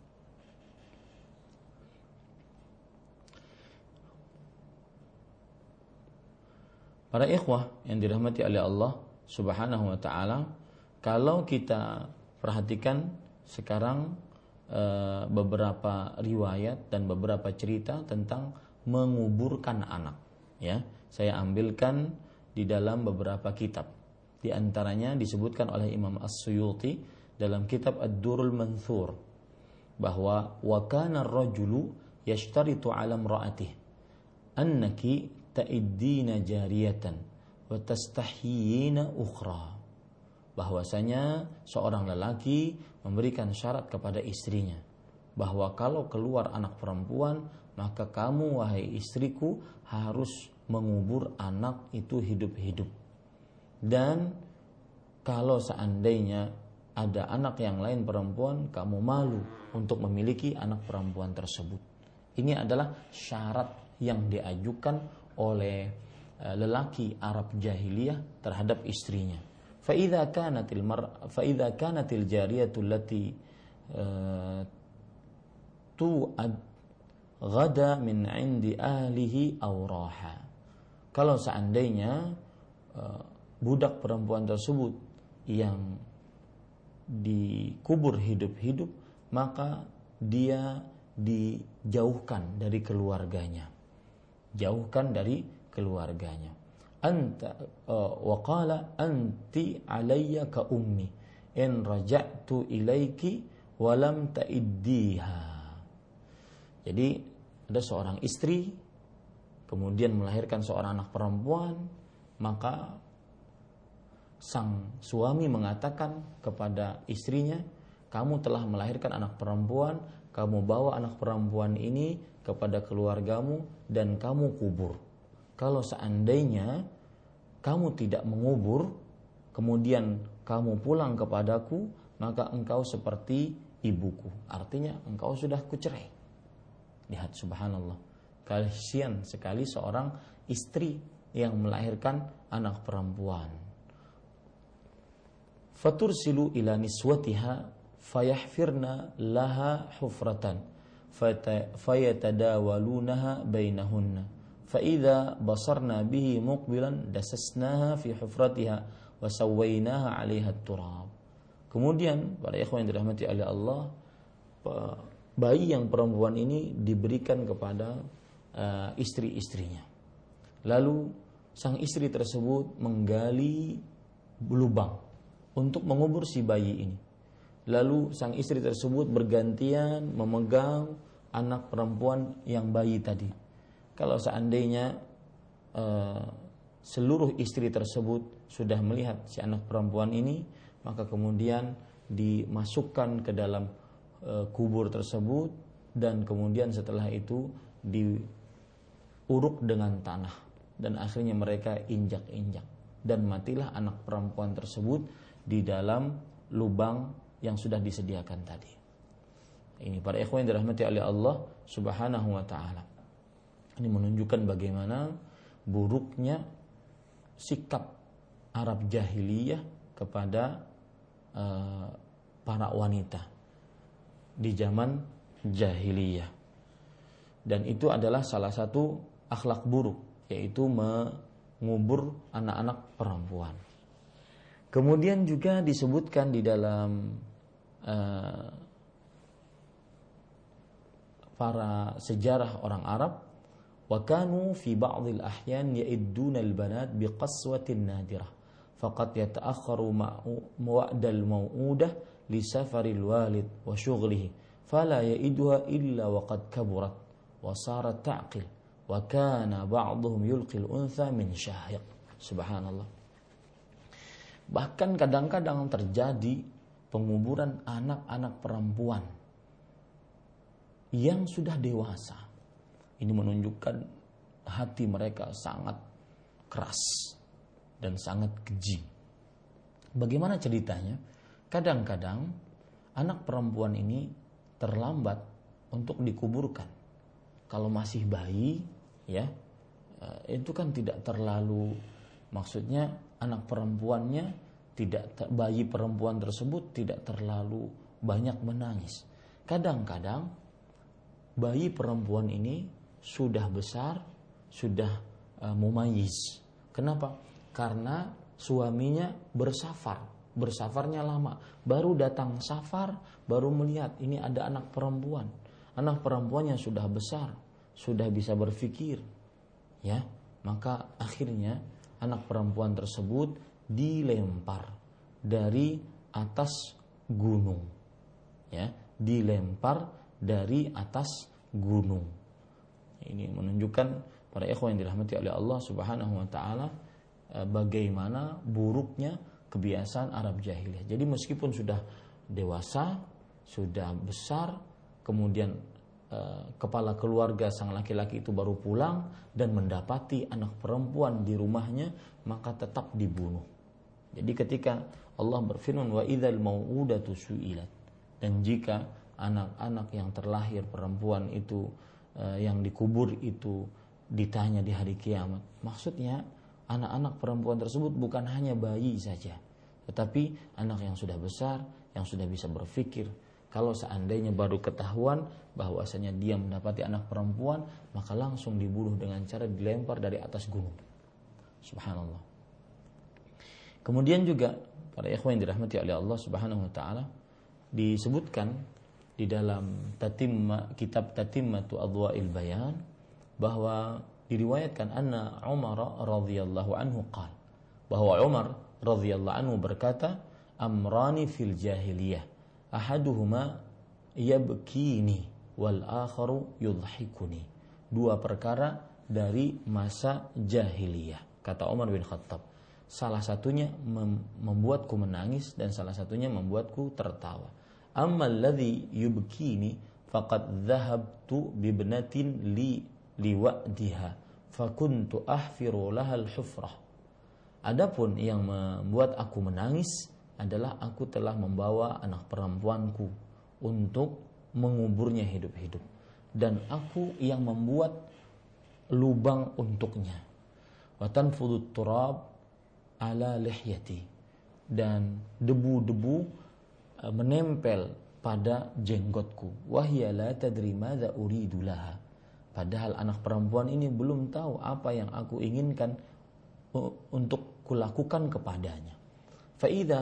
Para ikhwah yang dirahmati oleh Allah Subhanahu wa taala, kalau kita perhatikan sekarang beberapa riwayat dan beberapa cerita tentang menguburkan anak, ya. Saya ambilkan di dalam beberapa kitab. Di antaranya disebutkan oleh Imam As-Suyuti dalam kitab Ad-Durrul Manthur bahwa wa kana ar-rajulu yashtaritu 'ala imra'atihi annaki ta'iddina jariyatan wa tastahyina ukhra. Bahwasanya seorang lelaki memberikan syarat kepada istrinya bahwa kalau keluar anak perempuan, maka kamu wahai istriku harus mengubur anak itu hidup-hidup. Dan kalau seandainya ada anak yang lain perempuan, kamu malu untuk memiliki anak perempuan tersebut. Ini adalah syarat yang diajukan oleh lelaki Arab jahiliyah terhadap istrinya. فإذا كانت الجارية التي توعد غدا من عند أهله أو راحة. Kalau seandainya budak perempuan tersebut yang dikubur hidup-hidup, maka dia dijauhkan dari keluarganya. Jauhkan dari keluarganya. Anta wa qala anti alayya ka ummi in raja'tu ilaiki wa lam ta'iddiha. Jadi ada seorang istri kemudian melahirkan seorang anak perempuan, maka sang suami mengatakan kepada istrinya, kamu telah melahirkan anak perempuan, kamu bawa anak perempuan ini kepada keluargamu dan kamu kubur. Kalau seandainya kamu tidak mengubur, kemudian kamu pulang kepadaku, maka engkau seperti ibuku. Artinya engkau sudah kucerai. Lihat, subhanallah. Kasihan sekali seorang istri yang melahirkan anak perempuan. Fatursilu ila niswatiha fayahfirna laha hufratan fayatadawalunaha bainahunna. فإذا بصرنا به مقبلا دسسناها في حفرتها وسويناها عليها التراب. Kemudian para ikhwan yang dirahmati oleh Allah, bayi yang perempuan ini diberikan kepada istri-istrinya. Lalu sang istri tersebut menggali lubang untuk mengubur si bayi ini. Lalu sang istri tersebut bergantian memegang anak perempuan yang bayi tadi. Kalau seandainya seluruh istri tersebut sudah melihat si anak perempuan ini, maka kemudian dimasukkan ke dalam kubur tersebut, dan kemudian setelah itu diuruk dengan tanah, dan akhirnya mereka injak-injak, dan matilah anak perempuan tersebut di dalam lubang yang sudah disediakan tadi. Ini para ikhwan yang dirahmati oleh Allah Subhanahu wa taala. Ini menunjukkan bagaimana buruknya sikap Arab jahiliyah kepada para wanita di zaman jahiliyah. Dan itu adalah salah satu akhlak buruk, yaitu mengubur anak-anak perempuan. Kemudian juga disebutkan di dalam para sejarah orang Arab, wa kanu fi ba'dil ahyan ya'idduna al-banat biqaswatin nadirah faqad yata'akhkharu ma'dal maw'udah li safaril walid wa syughlihi fala ya'iduha illa waqad kaburat wa sarat ta'qil wa kana ba'dhum yulqil untha min syahiq. Subhanallah. Bahkan kadang-kadang terjadi penguburan anak-anak perempuan yang sudah dewasa. Ini menunjukkan hati mereka sangat keras dan sangat keji. Bagaimana ceritanya? Kadang-kadang anak perempuan ini terlambat untuk dikuburkan. Kalau masih bayi, ya, itu kan tidak terlalu, maksudnya anak perempuannya bayi perempuan tersebut tidak terlalu banyak menangis. Kadang-kadang bayi perempuan ini sudah besar, sudah mumayyiz. Kenapa? Karena suaminya bersafarnya lama, baru datang safar, baru melihat ini ada anak perempuan. Anak perempuannya sudah besar, sudah bisa berpikir, ya. Maka akhirnya anak perempuan tersebut dilempar dari atas gunung, ya, dilempar dari atas gunung. Ini menunjukkan para ikhwan yang dirahmati oleh Allah Subhanahu wa taala bagaimana buruknya kebiasaan Arab jahiliyah. Jadi meskipun sudah dewasa, sudah besar, kemudian kepala keluarga sang laki-laki itu baru pulang dan mendapati anak perempuan di rumahnya, maka tetap dibunuh. Jadi ketika Allah berfirman wa idzal mau'udatu su'ilat, dan jika anak-anak yang terlahir perempuan itu yang dikubur itu ditanya di hari kiamat, maksudnya anak-anak perempuan tersebut bukan hanya bayi saja, tetapi anak yang sudah besar, yang sudah bisa berpikir. Kalau seandainya baru ketahuan bahwasanya dia mendapati anak perempuan, maka langsung dibunuh dengan cara dilempar dari atas gunung. Subhanallah. Kemudian juga para ikhwan yang dirahmati oleh Allah Subhanahu wa taala, disebutkan di dalam kitab Tatimmatu Adwa'il Bayan bahwa diriwayatkan anna Umar radhiyallahu anhu qala, bahwa Umar radhiyallahu anhu berkata, amrani fil jahiliyah ahaduhuma yabkini wal akharu yudhikuni. Dua perkara dari masa jahiliyah, kata Umar bin Khattab. Salah satunya membuatku menangis dan salah satunya membuatku tertawa. Amma alladhi yubkini faqad dhahabtu bibnatin liwa'diha fakuntu ahfiru lahal hufrah. Adapun yang membuat aku menangis adalah aku telah membawa anak perempuanku untuk menguburnya hidup-hidup, dan aku yang membuat lubang untuknya. Wa tanfudut turab ala lihyati, dan debu-debu menempel pada jenggotku. Wa hiya la tadri madza uridu laha, padahal anak perempuan ini belum tahu apa yang aku inginkan untuk kulakukan kepadanya. Fa idza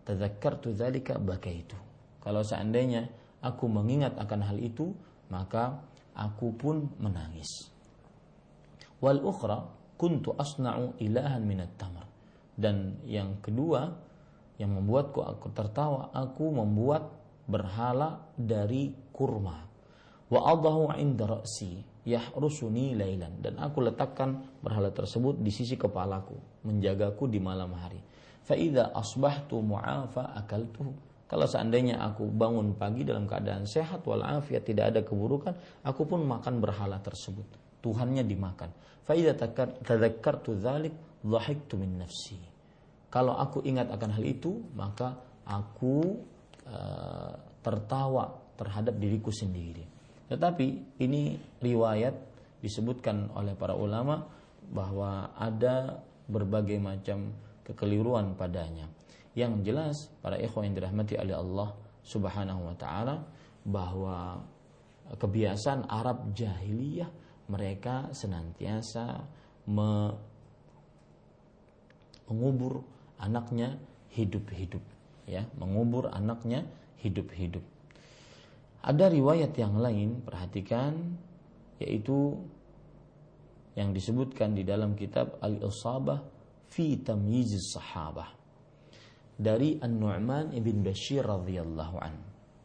tadzakkartu dzalika bakaitu. Kalau seandainya aku mengingat akan hal itu, maka aku pun menangis. Wal ukhra kuntu asna'u ilahan minat tamar. Dan yang kedua yang membuatku aku tertawa, aku membuat berhala dari kurma. Wa adahu 'inda ra'si yahrusuni lailan, dan aku letakkan berhala tersebut di sisi kepalaku, menjagaku di malam hari. Fa idza asbahtu mu'afa akaltuhu. Kalau seandainya aku bangun pagi dalam keadaan sehat walafiat, tidak ada keburukan, aku pun makan berhala tersebut. Tuhannya dimakan. Fa idza tadzakkartu dzalik dhahiktu min nafsi. Kalau aku ingat akan hal itu, maka aku tertawa terhadap diriku sendiri. Tetapi ini riwayat disebutkan oleh para ulama bahwa ada berbagai macam kekeliruan padanya. Yang jelas para ikhwan yang dirahmati oleh Allah Subhanahu wa taala, bahwa kebiasaan Arab jahiliyah, mereka senantiasa mengubur anaknya hidup-hidup, ya, mengubur anaknya hidup-hidup. Ada riwayat yang lain, perhatikan, yaitu yang disebutkan di dalam kitab Al-Isabah fi Tamyiz Sahabah dari An-Nu'man ibn Bashir radhiyallahu anhu.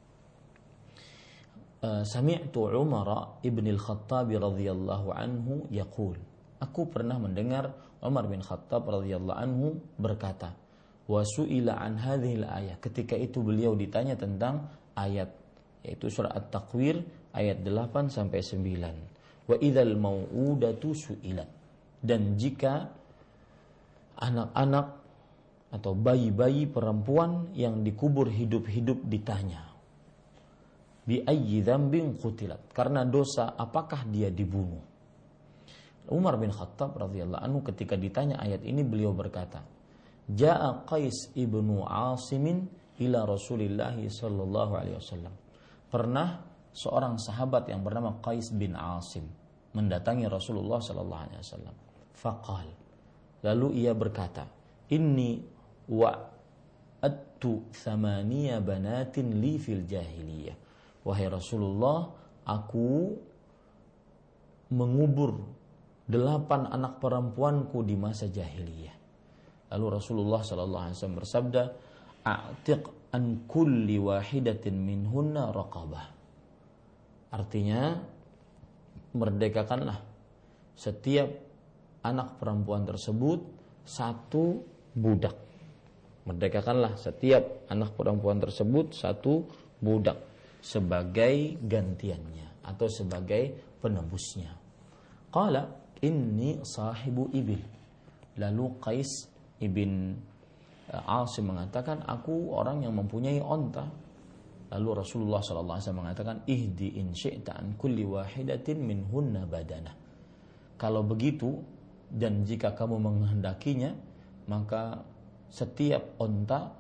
Sami'tu Umar ibn al-Khattab radhiyallahu anhu yaqul. Aku pernah mendengar Umar bin Khattab radhiyallahu anhu berkata, wa su'ila an hadhil ayah. Ketika itu beliau ditanya tentang ayat, yaitu surah At-Takwir ayat 8 sampai 9. Wa idzal mau'udatu su'ilat. Dan jika anak-anak atau bayi-bayi perempuan yang dikubur hidup-hidup ditanya, bi ayyi dzambin qutilat, karena dosa apakah dia dibunuh. Umar bin Khattab radhiyallahu anhu ketika ditanya ayat ini, beliau berkata, Ja'a Qais ibnu Asim ila Rasulillah sallallahu alaihi wasallam. Pernah seorang sahabat yang bernama Qais bin Asim mendatangi Rasulullah sallallahu alaihi wasallam. Faqal, lalu ia berkata, inni wa'attu thamaniya banatin li fil jahiliyah. Wahai Rasulullah, aku mengubur 8 anak perempuanku di masa jahiliyah. Lalu Rasulullah sallallahu alaihi wasallam bersabda, a'tiq an kulli wahidatin minhunna raqabah. Artinya, merdekakanlah setiap anak perempuan tersebut satu budak. Merdekakanlah setiap anak perempuan tersebut satu budak sebagai gantiannya atau sebagai penebusnya. Qala inni sahibu ibil. Lalu Qais ibn Asim mengatakan, aku orang yang mempunyai onta. Lalu Rasulullah sallallahu alaihi wasallam mengatakan, ihdi in syi'ta an kulli wahidatin minhunna badana. Kalau begitu dan jika kamu menghendakinya, maka setiap onta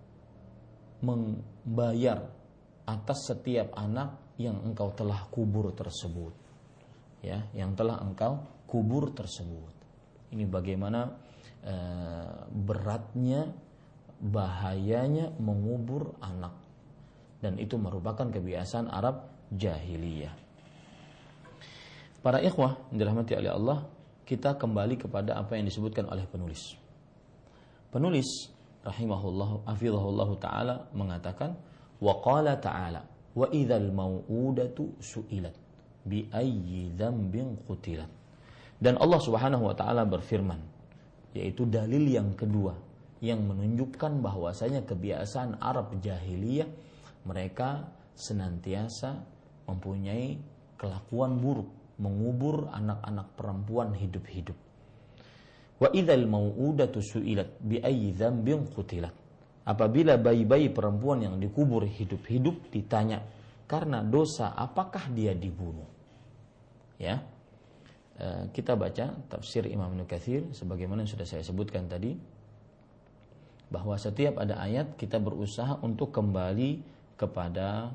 membayar atas setiap anak yang engkau telah kubur tersebut, ya, yang telah engkau kubur tersebut. Ini bagaimana beratnya, bahayanya mengubur anak, dan itu merupakan kebiasaan Arab jahiliyah. Para ikhwah yang dirahmati oleh Allah, kita kembali kepada apa yang disebutkan oleh penulis. Penulis rahimahullah hafizahullah taala mengatakan, wa qala ta'ala wa idzal mau'udatu su'ilat bi ayyi dzambin qutilat. Dan Allah Subhanahu wa taala berfirman, yaitu dalil yang kedua yang menunjukkan bahwasanya kebiasaan Arab jahiliyah, mereka senantiasa mempunyai kelakuan buruk, mengubur anak-anak perempuan hidup-hidup. Wa idzal mau'udatu su'ilat bi ayyi dzambin qutilat. Apabila bayi-bayi perempuan yang dikubur hidup-hidup ditanya, karena dosa apakah dia dibunuh? Ya. Kita baca tafsir Imam Ibnu Katsir sebagaimana yang sudah saya sebutkan tadi, bahwa setiap ada ayat kita berusaha untuk kembali kepada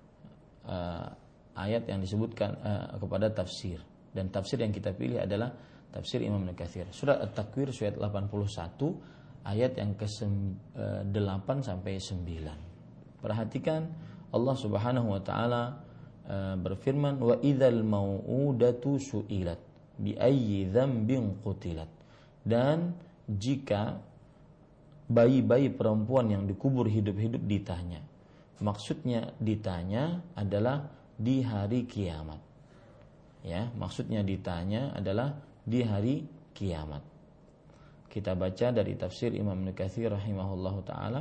ayat yang disebutkan, kepada tafsir, dan tafsir yang kita pilih adalah tafsir Imam Ibnu Katsir. Surat At-Takwir surat 81 ayat yang ke-8 sampai 9. Perhatikan Allah Subhanahu wa taala berfirman, wa idzal mau'udatu su'ilat bi ayyi dzambin qutilat. Dan jika bayi-bayi perempuan yang dikubur hidup-hidup ditanya. Maksudnya ditanya adalah di hari kiamat. Ya, maksudnya ditanya adalah di hari kiamat. Kita baca dari tafsir Imam Ibnu Katsir rahimahullahu taala.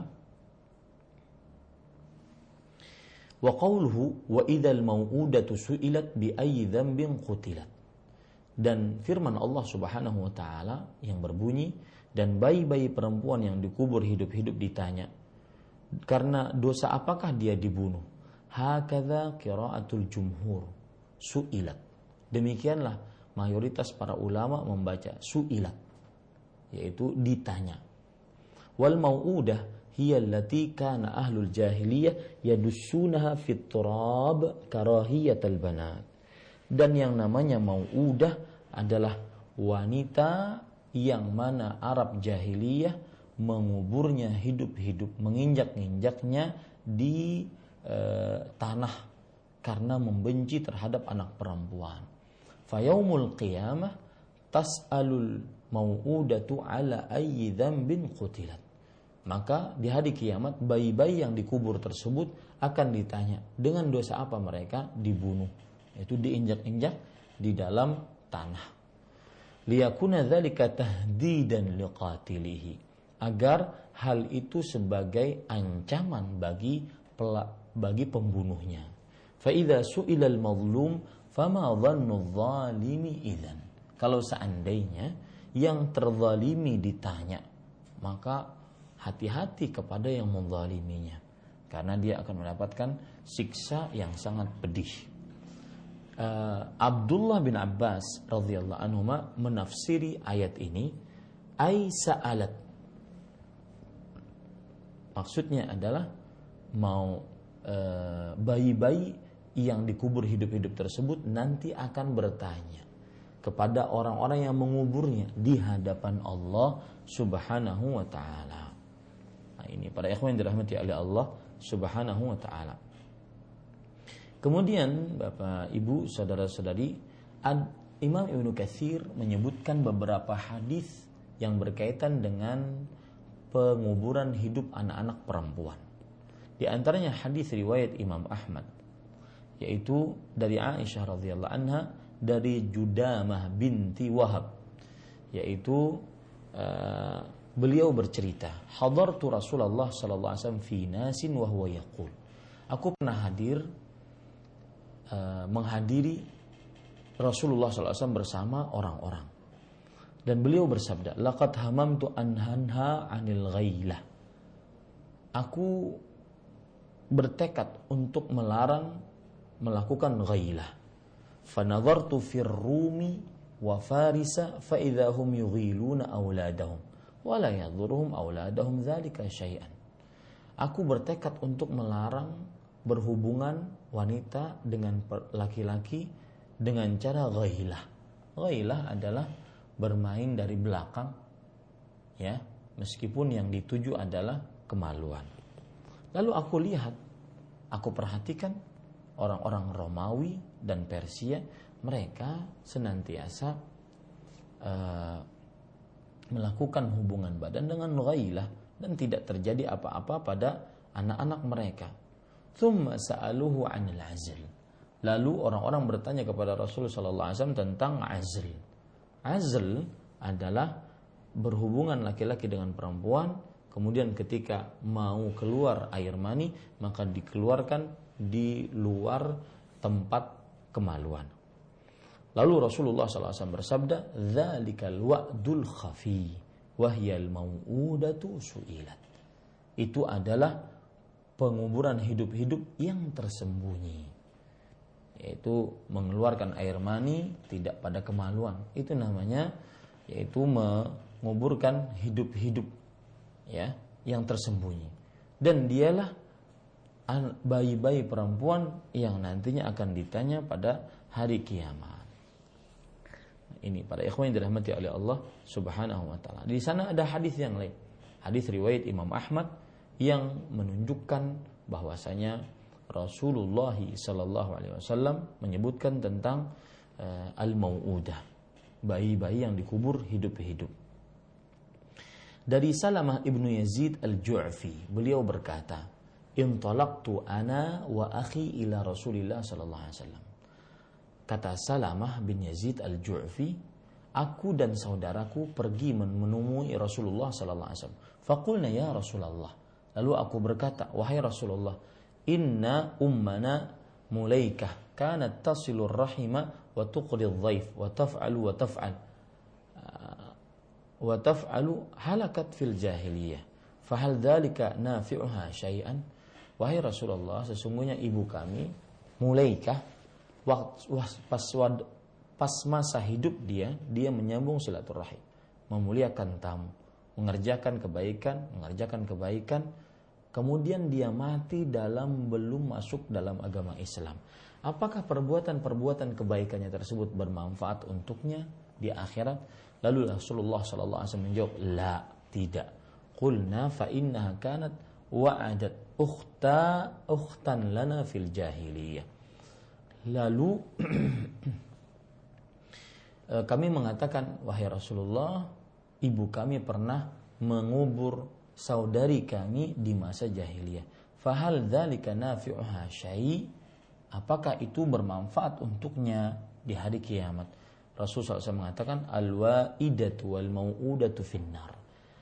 Wa qawluhu wa idzal mau'udatu su'ilat bi ayyi dzambin qutilat. Dan firman Allah Subhanahu wa taala yang berbunyi, dan bayi-bayi perempuan yang dikubur hidup-hidup ditanya, karena dosa apakah dia dibunuh? Hakadza qiraatul jumhur, su'ilat. Demikianlah mayoritas para ulama membaca su'ilat, yaitu ditanya. Wal mau'udah hiya allati kana ahlul jahiliyah yadussunaha fit turab karahiyatal banat. Dan yang namanya mau'udah adalah wanita yang mana Arab jahiliyah menguburnya hidup-hidup, menginjak-injaknya di tanah karena membenci terhadap anak perempuan. Fayaumul qiyamah tas'alul mau'udatu ala ayyi dzambin qutilat. Maka di hari kiamat bayi-bayi yang dikubur tersebut akan ditanya dengan dosa apa mereka dibunuh, yaitu diinjak-injak di dalam tanah. Liyakuna dzalika tahdidan liqatilihi, agar hal itu sebagai ancaman bagi pembunuhnya. Fa idza su'ila al-mazlum fama dhannu adh-dhalimi idzan. Kalau seandainya yang terzalimi ditanya, maka hati-hati kepada yang menzaliminya, karena dia akan mendapatkan siksa yang sangat pedih. Abdullah bin Abbas radhiyallahu anhu menafsiri ayat ini, ai sa'alat. Maksudnya adalah bayi-bayi yang dikubur hidup-hidup tersebut nanti akan bertanya kepada orang-orang yang menguburnya di hadapan Allah Subhanahu wa taala. Nah, ini para ikhwan yang dirahmati oleh Allah Subhanahu wa taala. Kemudian Bapak, Ibu, saudara-saudari, Imam Ibnu Katsir menyebutkan beberapa hadis yang berkaitan dengan penguburan hidup anak-anak perempuan. Di antaranya hadis riwayat Imam Ahmad, yaitu dari Aisyah radhiyallahu anha dari Judamah binti Wahab, yaitu beliau bercerita, hadartu Rasulullah sallallahu alaihi wasallam fi nasin wa huwa yaqul. Aku pernah menghadiri Rasulullah sallallahu alaihi wasallam bersama orang-orang, dan beliau bersabda, laqad hamamtu an hanha 'anil ghailah. Aku bertekad untuk melarang melakukan ghailah. Fanadhartu fir Rumi wa Farisa fa idza hum yughiluna auladahum wa la yadhurruhum auladahum dzalika syai'an. Aku bertekad untuk melarang berhubungan wanita dengan laki-laki dengan cara ghailah. Ghailah adalah bermain dari belakang, ya, meskipun yang dituju adalah kemaluan. Lalu aku perhatikan orang-orang Romawi dan Persia, mereka senantiasa melakukan hubungan badan dengan ghailah dan tidak terjadi apa-apa pada anak-anak mereka. Tsumma sa'aluhu 'anil 'azl. Lalu orang-orang bertanya kepada Rasulullah sallallahu alaihi wasallam tentang azl. Azl adalah berhubungan laki-laki dengan perempuan, kemudian ketika mau keluar air mani maka dikeluarkan di luar tempat kemaluan. Lalu Rasulullah SAW bersabda, "Dzalikal wa'dul khafi wa hiyal mau'udatu su'ilat." Itu adalah penguburan hidup-hidup yang tersembunyi, yaitu mengeluarkan air mani tidak pada kemaluan. Itu namanya yaitu menguburkan hidup-hidup, ya, yang tersembunyi. Dan dialah bayi-bayi perempuan yang nantinya akan ditanya pada hari kiamat. Ini para ikhwan yang dirahmati oleh Allah Subhanahu wa taala. Di sana ada hadis yang lain. hadis riwayat Imam Ahmad yang menunjukkan bahwasanya Rasulullah sallallahu alaihi wasallam menyebutkan tentang al-mau'udah, bayi-bayi yang dikubur hidup-hidup. Dari Salamah ibnu Yazid al-Ju'fi, beliau berkata, "Intalaqtu ana wa akhi ila Rasulillah sallallahu alaihi wasallam." Kata Salamah bin Yazid al-Ju'fi, aku dan saudaraku pergi menemui Rasulullah sallallahu alaihi wasallam. Faqulna ya Rasulullah. Lalu aku berkata, wahai Rasulullah, inna ummana Mulaikah kanat tasilur rahima wa tuqri dhaif wa taf'alu halakat fil jahiliyah. Fahal dzalika nafi'uha syai'an? Wahai Rasulullah, sesungguhnya ibu kami Mulaikah pas masa hidup dia menyambung silaturahim, memuliakan tamu, mengerjakan kebaikan, kemudian dia mati belum masuk dalam agama Islam. Apakah perbuatan kebaikannya tersebut bermanfaat untuknya di akhirat? Lalu Rasulullah sallallahu alaihi wasallam menjawab, la, tidak. Qulna fa innaha kanat wa'adat ukhtan lana fil jahiliyah. Lalu kami mengatakan, wahai Rasulullah, ibu kami pernah mengubur saudari kami di masa jahiliyah. Fahal dzalika nafi'uha syai'? Apakah itu bermanfaat untuknya di hari kiamat? Rasulullah SAW mengatakan, al-wa'idatu wal mau'udatu finnar.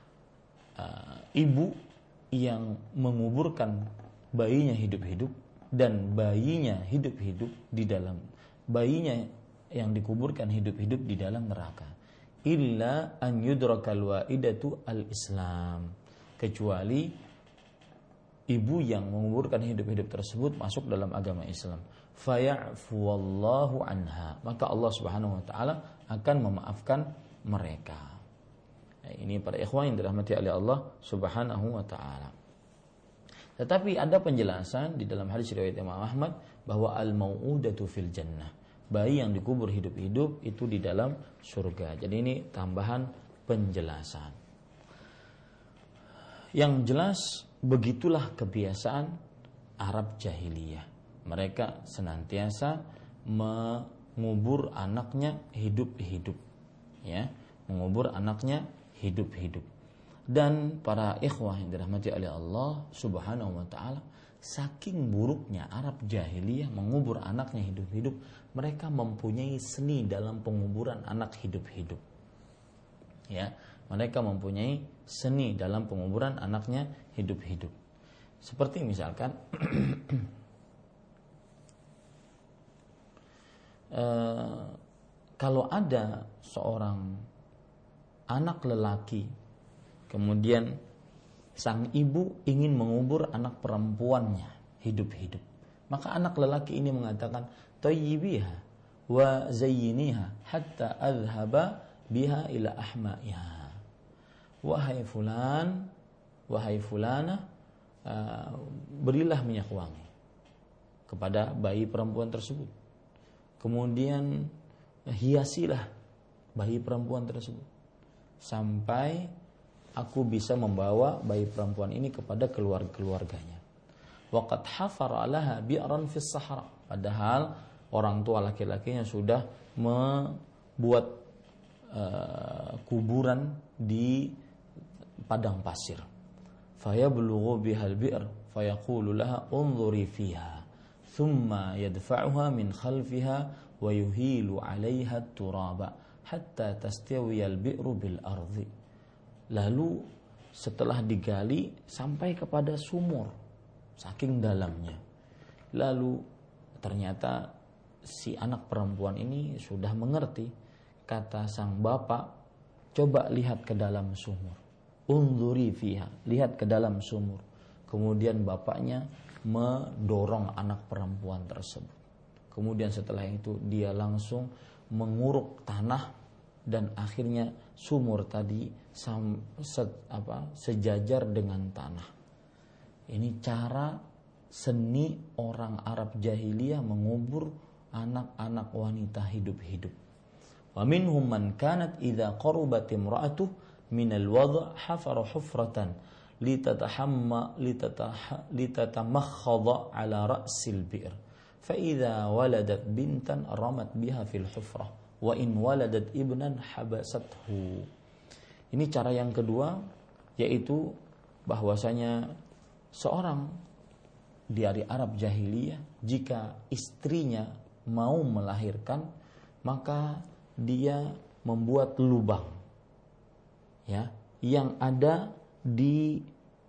Ibu yang menguburkan bayinya hidup-hidup dan bayinya hidup-hidup di dalam, bayinya yang dikuburkan hidup-hidup di dalam neraka. Illa an yudrakal wa'idatu al-Islam, kecuali ibu yang menguburkan hidup-hidup tersebut masuk dalam agama Islam. Faya'fu wallahu anha, maka Allah Subhanahu wa taala akan memaafkan mereka. Nah, ini para ikhwan yang dirahmati oleh Allah Subhanahu wa taala. Tetapi ada penjelasan di dalam hadis riwayat Imam Ahmad bahwa al-mau'udatu fil jannah, bayi yang dikubur hidup-hidup itu di dalam surga. Jadi ini tambahan penjelasan. Yang jelas begitulah kebiasaan Arab jahiliyah. Mereka senantiasa mengubur anaknya hidup-hidup, ya, mengubur anaknya hidup-hidup. Dan para ikhwah yang dirahmati oleh Allah Subhanahu wa taala, saking buruknya Arab jahiliyah mengubur anaknya hidup-hidup, mereka mempunyai seni dalam penguburan anak hidup-hidup. Ya, mereka mempunyai seni dalam penguburan anaknya hidup-hidup. Seperti misalkan kalau ada seorang anak lelaki, kemudian sang ibu ingin mengubur anak perempuannya hidup-hidup, maka anak lelaki ini mengatakan, tayyibiha wa zayyiniha hatta adhhaba biha ila ahmaiha. Wahai fulan, wahai fulana, berilah minyak wangi kepada bayi perempuan tersebut. Kemudian hiasilah bayi perempuan tersebut sampai aku bisa membawa bayi perempuan ini kepada keluarganya. Waqad hafara laha bi'ran fis sahara. Padahal orang tua laki-lakinya sudah membuat kuburan di padang pasir. Fayablughu bihal bi'r fayaqulu laha unzuri fiha thumma yadfa'uha min khalfiha wa yuhilu 'alayha turaba hatta tastawiya al-bi'ru bil ardi. Lalu setelah digali sampai kepada sumur saking dalamnya. Lalu ternyata si anak perempuan ini sudah mengerti. Kata sang bapak, coba lihat ke dalam sumur. Unzuri fiha, lihat ke dalam sumur. Kemudian bapaknya mendorong anak perempuan tersebut. Kemudian setelah itu dia langsung menguruk tanah dan akhirnya sumur tadi sejajar dengan tanah. Ini cara seni orang Arab jahiliyah mengubur anak-anak wanita hidup-hidup. Wa minhum man kanat idza qarubat imra'atuh minal wad' hafara hufratan litatamakkhadha ala ra'sil bi'r fa idza waladat bintan ramat biha fil hufrah wa in waladat ibnan habasathu. Ini cara yang kedua, yaitu bahwasanya seorang di hari Arab jahiliyah jika istrinya mau melahirkan maka dia membuat lubang, ya, yang ada di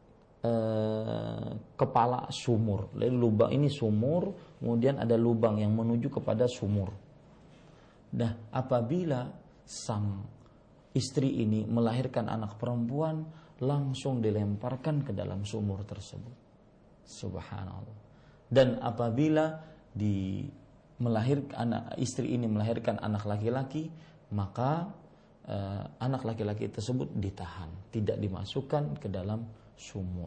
kepala sumur. Lalu lubang ini sumur, kemudian ada lubang yang menuju kepada sumur. Nah, apabila sang istri ini melahirkan anak perempuan, langsung dilemparkan ke dalam sumur tersebut. Subhanallah. Dan apabila istri ini melahirkan anak laki-laki, maka anak laki-laki tersebut ditahan, tidak dimasukkan ke dalam sumur.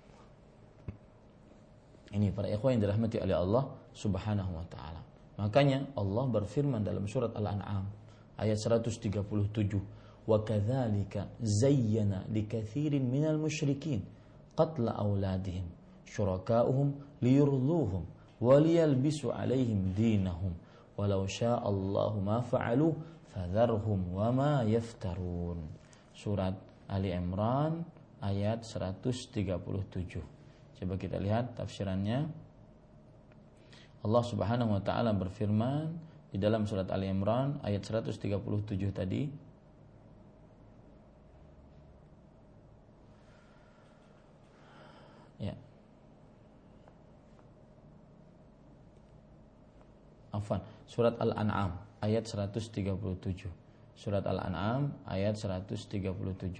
Ini para ikhwan yang dirahmati oleh Allah Subhanahu wa taala. Makanya Allah berfirman dalam surat Al-An'am ayat 137, "Wa kadzalika zayyana likatsirin minal musyrikin qatla auladihim syuraka'uhum liyurduhum wa liyalbisu 'alaihim dinahum walau sya'allahu ma fa'alu fadharhum wa ma yaftarun." Surat Ali Imran ayat 137. Coba kita lihat tafsirannya. Allah Subhanahu wa taala berfirman di dalam surat Ali Imran ayat 137 tadi, ya. Afwan, surat Al-An'am ayat 137. Surat Al-An'am ayat 137.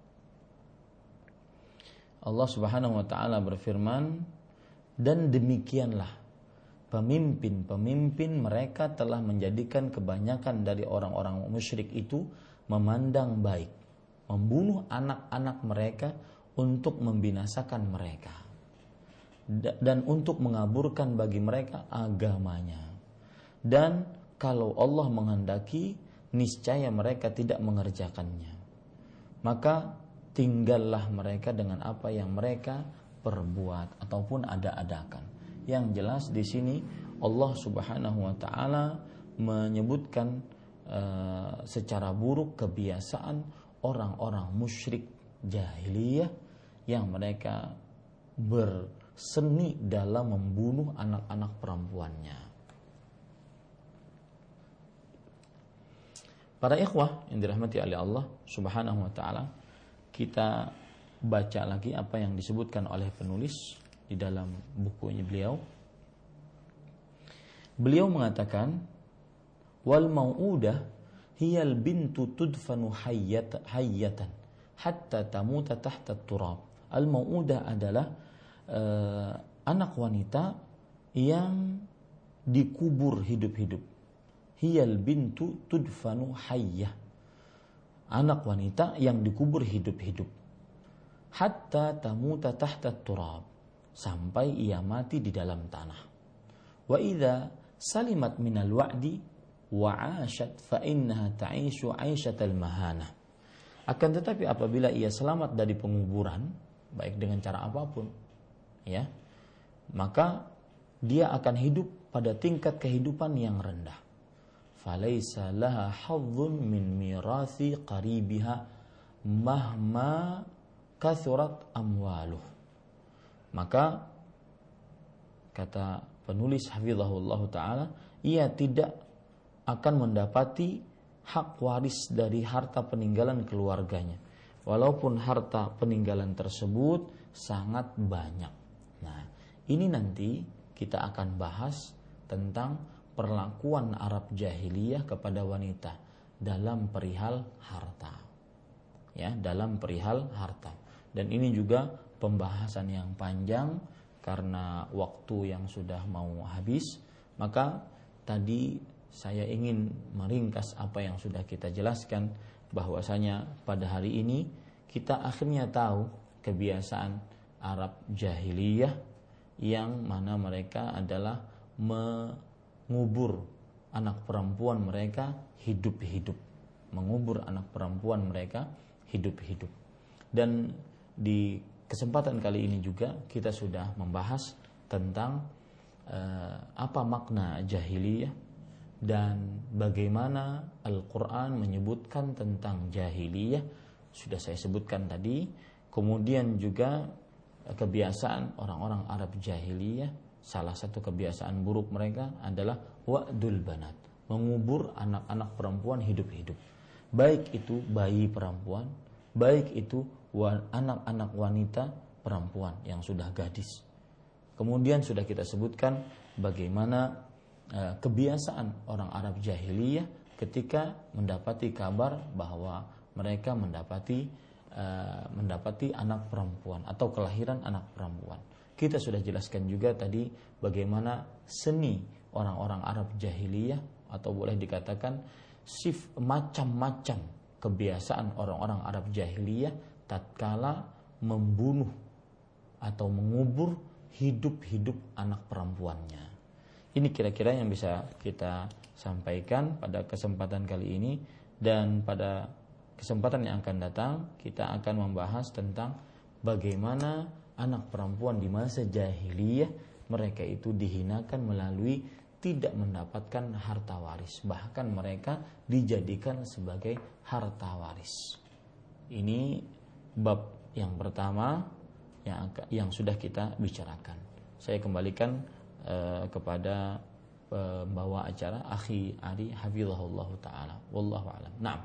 Allah Subhanahu wa taala berfirman, dan demikianlah pemimpin-pemimpin mereka telah menjadikan kebanyakan dari orang-orang musyrik itu memandang baik membunuh anak-anak mereka untuk membinasakan mereka dan untuk mengaburkan bagi mereka agamanya. Dan kalau Allah menghendaki, niscaya mereka tidak mengerjakannya. Maka tinggallah mereka dengan apa yang mereka perbuat ataupun ada-adakan. Yang jelas di sini Allah Subhanahu wa taala menyebutkan secara buruk kebiasaan orang-orang musyrik jahiliyah yang mereka berseni dalam membunuh anak-anak perempuannya. Para ikhwah yang dirahmati oleh Allah Subhanahu wa taala, kita baca lagi apa yang disebutkan oleh penulis di dalam bukunya beliau. Beliau mengatakan, wal mau'udah hiyal bintu tudfanu hayyatan hatta tamuta tahta turab. Al mau'udah adalah anak wanita yang dikubur hidup-hidup. Hiyal bintu tudfanu hayyah, anak wanita yang dikubur hidup-hidup. Hatta tamuta tahta turab, sampai ia mati di dalam tanah. Wa idza salimat minal wa'di wa 'ashat fa innaha ta'ishu 'aishatal mahanah. Akan tetapi apabila ia selamat dari penguburan, baik dengan cara apapun, ya, maka dia akan hidup pada tingkat kehidupan yang rendah. Falaisa laha hadzun min mirathi qaribiha mahma kathurat amwaluh. Maka kata penulis hafizahullah taala, ia tidak akan mendapati hak waris dari harta peninggalan keluarganya, walaupun harta peninggalan tersebut sangat banyak. Nah, ini nanti kita akan bahas tentang perlakuan Arab jahiliyah kepada wanita dalam perihal harta. Ya, dalam perihal harta. Dan ini juga pembahasan yang panjang karena waktu yang sudah mau habis. Maka tadi saya ingin meringkas apa yang sudah kita jelaskan, bahwasanya pada hari ini kita akhirnya tahu kebiasaan Arab jahiliyah yang mana mereka adalah mengubur anak perempuan mereka hidup-hidup, mengubur anak perempuan mereka hidup-hidup. Dan di kesempatan kali ini juga kita sudah membahas tentang apa makna jahiliyah dan bagaimana Al-Quran menyebutkan tentang jahiliyah, sudah saya sebutkan tadi. Kemudian juga kebiasaan orang-orang Arab jahiliyah, salah satu kebiasaan buruk mereka adalah wa'dul banat, mengubur anak-anak perempuan hidup-hidup, baik itu bayi perempuan, baik itu anak-anak wanita perempuan yang sudah gadis. Kemudian sudah kita sebutkan bagaimana kebiasaan orang Arab jahiliyah ketika mendapati kabar bahwa mereka mendapati anak perempuan atau kelahiran anak perempuan. Kita sudah jelaskan juga tadi bagaimana seni orang-orang Arab jahiliyah, atau boleh dikatakan macam-macam kebiasaan orang-orang Arab jahiliyah tatkala membunuh atau mengubur hidup-hidup anak perempuannya. Ini kira-kira yang bisa kita sampaikan pada kesempatan kali ini, dan pada kesempatan yang akan datang kita akan membahas tentang bagaimana anak perempuan di masa jahiliyah mereka itu dihinakan melalui tidak mendapatkan harta waris, bahkan mereka dijadikan sebagai harta waris. Ini bab yang pertama yang sudah kita bicarakan. Saya kembalikan kepada pembawa acara Akhi Ari hafizahullah taala. Wallahu a'lam. Naam.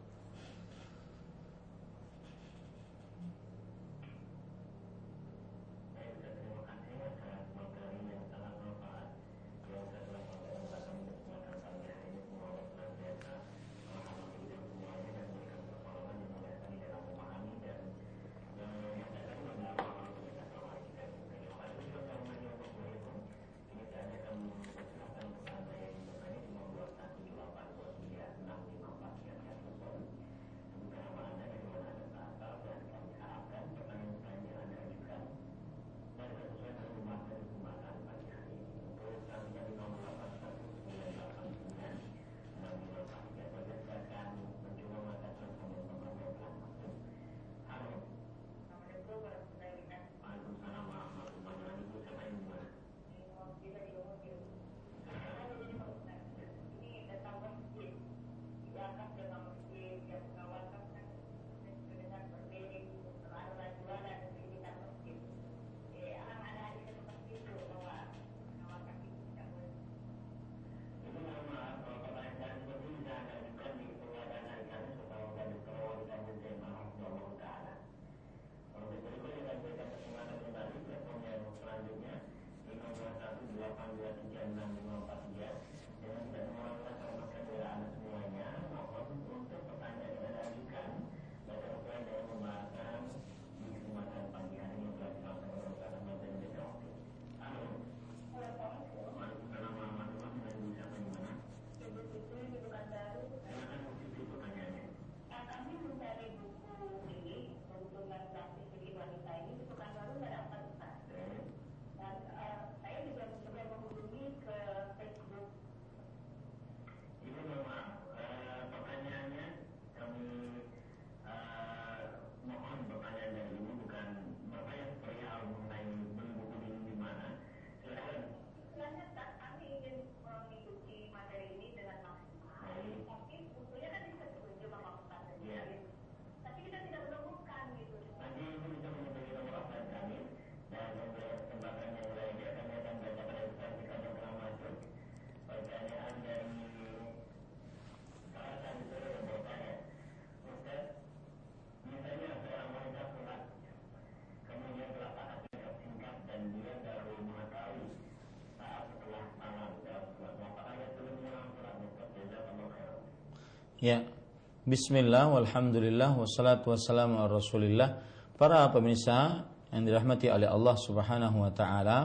Ya, bismillah, walhamdulillah, wassalatu wassalamu ala rasulillah. Para pemirsa yang dirahmati oleh Allah subhanahu wa ta'ala,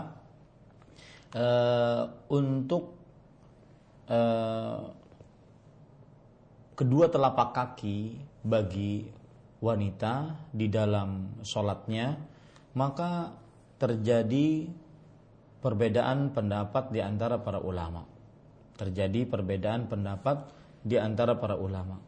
untuk kedua telapak kaki bagi wanita di dalam sholatnya, maka terjadi perbedaan pendapat di antara para ulama. Terjadi perbedaan pendapat di antara para ulama.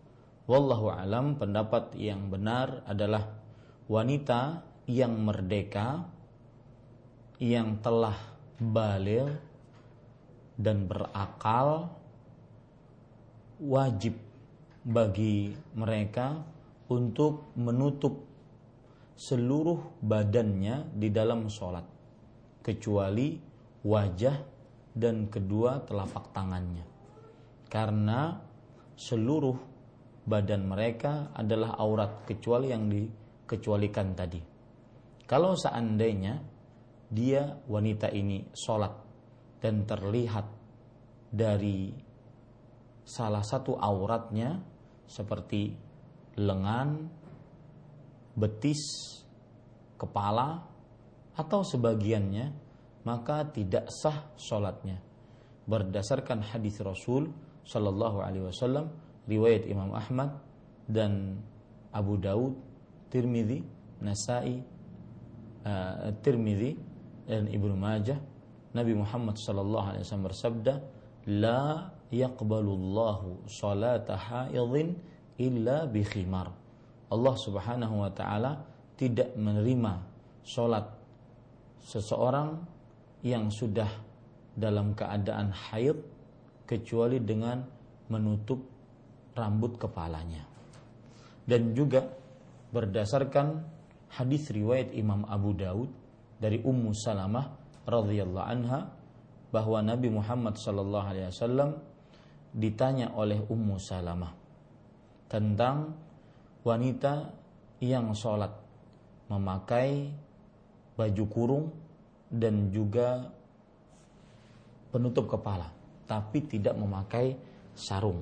Wallahu alam, pendapat yang benar adalah wanita yang merdeka, yang telah baligh dan berakal, wajib bagi mereka untuk menutup seluruh badannya di dalam sholat, kecuali wajah dan kedua telapak tangannya, karena seluruh badan mereka adalah aurat kecuali yang dikecualikan tadi. Kalau seandainya dia wanita ini sholat dan terlihat dari salah satu auratnya seperti lengan, betis, kepala atau sebagiannya, maka tidak sah sholatnya. Berdasarkan hadis Rasul Shallallahu Alaihi Wasallam, riwayat Imam Ahmad dan Abu Daud, Tirmidzi, Nasai, Tirmidzi dan Ibnu Majah, Nabi Muhammad sallallahu alaihi wasallam bersabda, "La yaqbalullahu salata haidhin illa bi khimar." Allah Subhanahu wa taala tidak menerima salat seseorang yang sudah dalam keadaan haid kecuali dengan menutup rambut kepalanya. Dan juga berdasarkan hadis riwayat Imam Abu Daud dari Ummu Salamah radhiyallahu anha, bahwa Nabi Muhammad sallallahu alaihi wasallam ditanya oleh Ummu Salamah tentang wanita yang sholat memakai baju kurung dan juga penutup kepala, tapi tidak memakai sarung.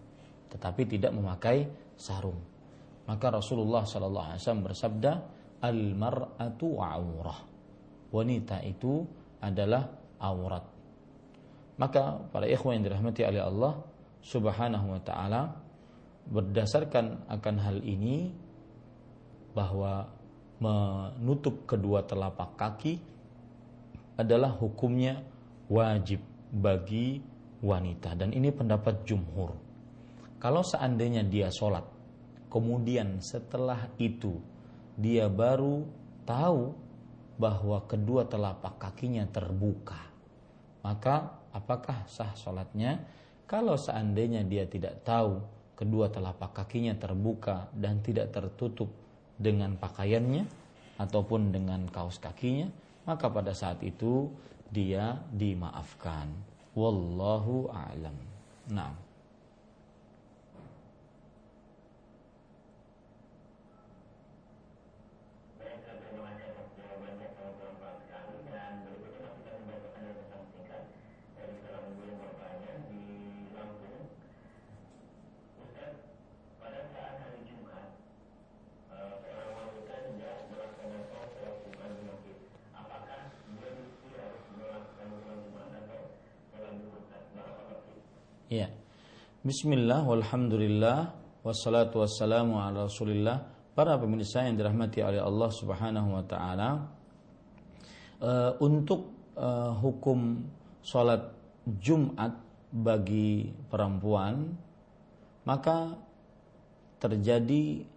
Maka Rasulullah sallallahu alaihi wasallam bersabda, "Al-mar'atu aurah." Wanita itu adalah aurat. Maka para ikhwan yang dirahmati oleh Allah Subhanahu wa taala, berdasarkan akan hal ini, bahwa menutup kedua telapak kaki adalah hukumnya wajib bagi wanita, dan ini pendapat jumhur. Kalau seandainya dia sholat, kemudian setelah itu dia baru tahu bahwa kedua telapak kakinya terbuka, maka apakah sah sholatnya? Kalau seandainya dia tidak tahu kedua telapak kakinya terbuka dan tidak tertutup dengan pakaiannya ataupun dengan kaos kakinya, maka pada saat itu dia dimaafkan. Wallahu a'lam. Nah, ya. Bismillah, walhamdulillah, wassalatu wassalamu ala rasulillah. Para pemirsa yang dirahmati oleh Allah Subhanahu wa ta'ala, untuk hukum sholat Jumat bagi perempuan, maka terjadi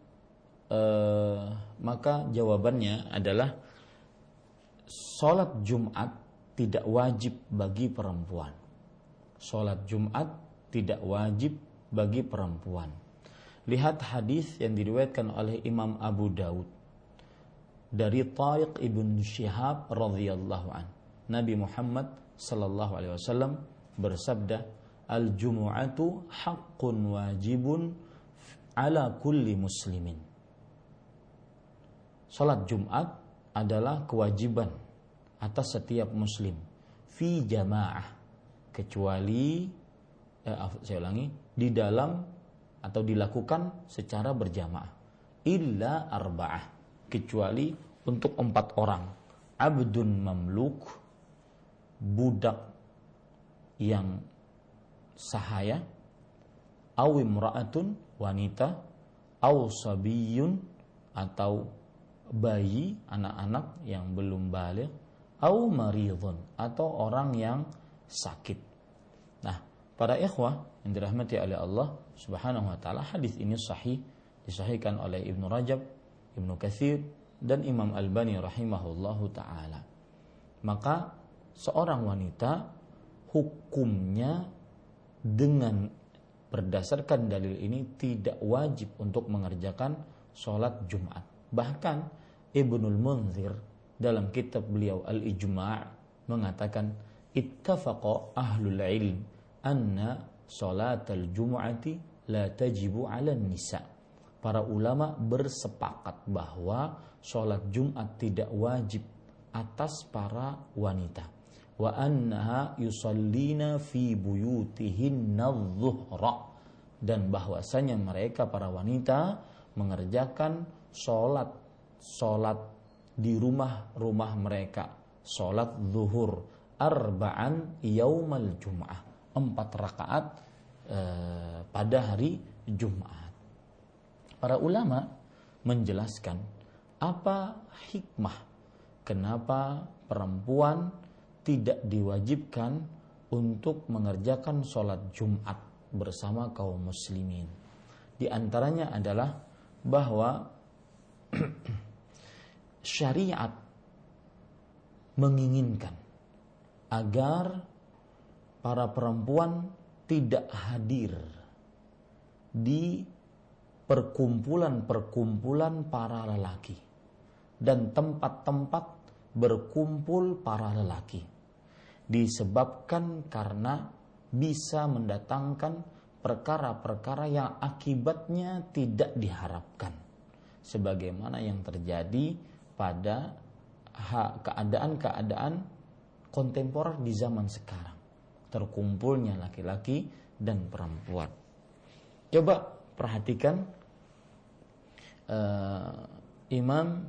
maka jawabannya adalah sholat Jumat tidak wajib bagi perempuan. Sholat Jumat tidak wajib bagi perempuan. Lihat hadis yang diriwayatkan oleh Imam Abu Daud dari Tariq ibn Shihab radhiyallahu an. Nabi Muhammad sallallahu alaihi wasallam bersabda, "Al-jumu'atu haqqun wajibun ala kulli muslimin." Salat Jumat adalah kewajiban atas setiap muslim fi jamaah, kecuali di dalam atau dilakukan secara berjamaah, illa arba'ah, kecuali untuk 4 orang. Abdun mamluk, budak yang sahaya, aw imra'atun, wanita, aw sabiyun, atau bayi, anak-anak yang belum baligh, aw maridun, atau orang yang sakit. Nah, Para ikhwah yang dirahmati oleh Allah Subhanahu wa taala, hadis ini sahih, disahihkan oleh Ibnu Rajab, Ibnu Katsir dan Imam Albani rahimahullahu taala. Maka seorang wanita hukumnya dengan berdasarkan dalil ini tidak wajib untuk mengerjakan sholat Jumat. Bahkan Ibnul Munzir dalam kitab beliau Al-Ijma' mengatakan ittafaqa ahlul ilm anna sholatal jum'ati la tajibu 'alan nisa. Para ulama bersepakat bahwa sholat Jumat tidak wajib atas para wanita. Wa annaha yusallina fi buyutihinna adh-dhuhra, dan bahwasanya mereka para wanita mengerjakan sholat di rumah-rumah mereka, sholat zuhur arba'an yaumal jum'ah, 4 rakaat pada hari Jumat. Para ulama menjelaskan apa hikmah kenapa perempuan tidak diwajibkan untuk mengerjakan sholat Jumat bersama kaum muslimin. Di antaranya adalah bahwa syariat menginginkan agar para perempuan tidak hadir di perkumpulan-perkumpulan para lelaki dan tempat-tempat berkumpul para lelaki, disebabkan karena bisa mendatangkan perkara-perkara yang akibatnya tidak diharapkan, sebagaimana yang terjadi pada keadaan-keadaan kontemporer di zaman sekarang, terkumpulnya laki-laki dan perempuan. Coba perhatikan Imam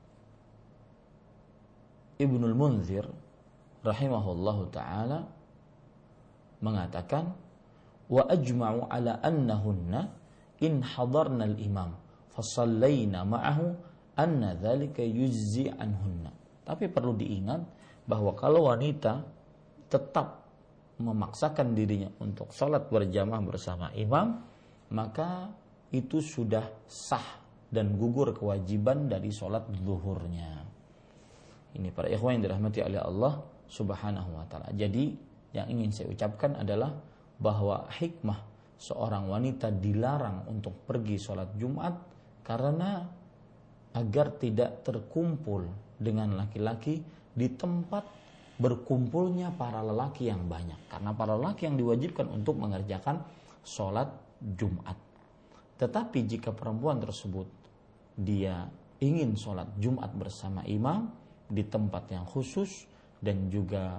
Ibnul Munzir rahimahullahu ta'ala mengatakan wa ajma'u ala annahunna in hadarna al-imam fasallayna ma'ahu anna dhalika yujzi anhunna. Tapi perlu diingat bahwa kalau wanita tetap memaksakan dirinya untuk sholat berjamaah bersama imam, maka itu sudah sah dan gugur kewajiban dari sholat zuhurnya. Ini para ikhwan yang dirahmati oleh Allah Subhanahu wa ta'ala. Jadi yang ingin saya ucapkan adalah bahwa hikmah seorang wanita dilarang untuk pergi sholat Jumat karena agar tidak terkumpul dengan laki-laki di tempat berkumpulnya para lelaki yang banyak. Karena para lelaki yang diwajibkan untuk mengerjakan sholat Jumat. Tetapi jika perempuan tersebut dia ingin sholat Jumat bersama imam di tempat yang khusus dan juga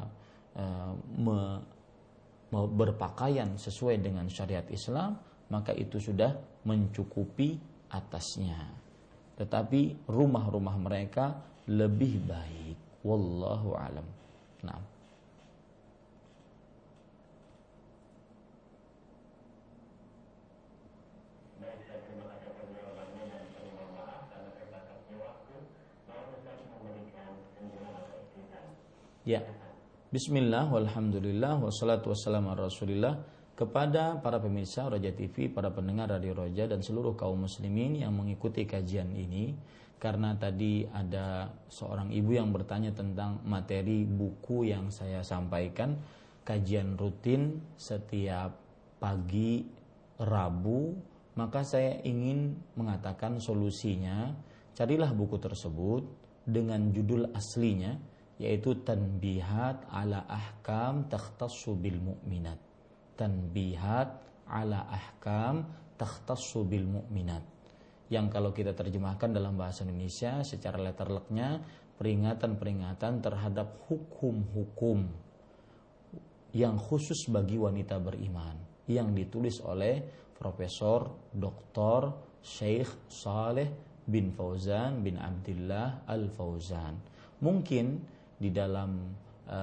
berpakaian sesuai dengan syariat Islam, maka itu sudah mencukupi atasnya. Tetapi rumah-rumah mereka lebih baik. Wallahu alam. Nah. Ya. Bismillah, walhamdulillah, wassalatu wassalamu ala rasulillah. Kepada para pemirsa Roja TV, para pendengar Radio Roja dan seluruh kaum muslimin yang mengikuti kajian ini, karena tadi ada seorang ibu yang bertanya tentang materi buku yang saya sampaikan, kajian rutin setiap pagi Rabu, maka saya ingin mengatakan solusinya, carilah buku tersebut dengan judul aslinya, yaitu Tanbihat ala Ahkam Takhtassu bil Mu'minat. Tanbihat ala Ahkam Takhtassu bil Mu'minat. Yang kalau kita terjemahkan dalam bahasa Indonesia secara letterleknya, peringatan-peringatan terhadap hukum-hukum yang khusus bagi wanita beriman, yang ditulis oleh Profesor Dr. Syekh Saleh bin Fauzan bin Abdullah Al-Fauzan. Mungkin di dalam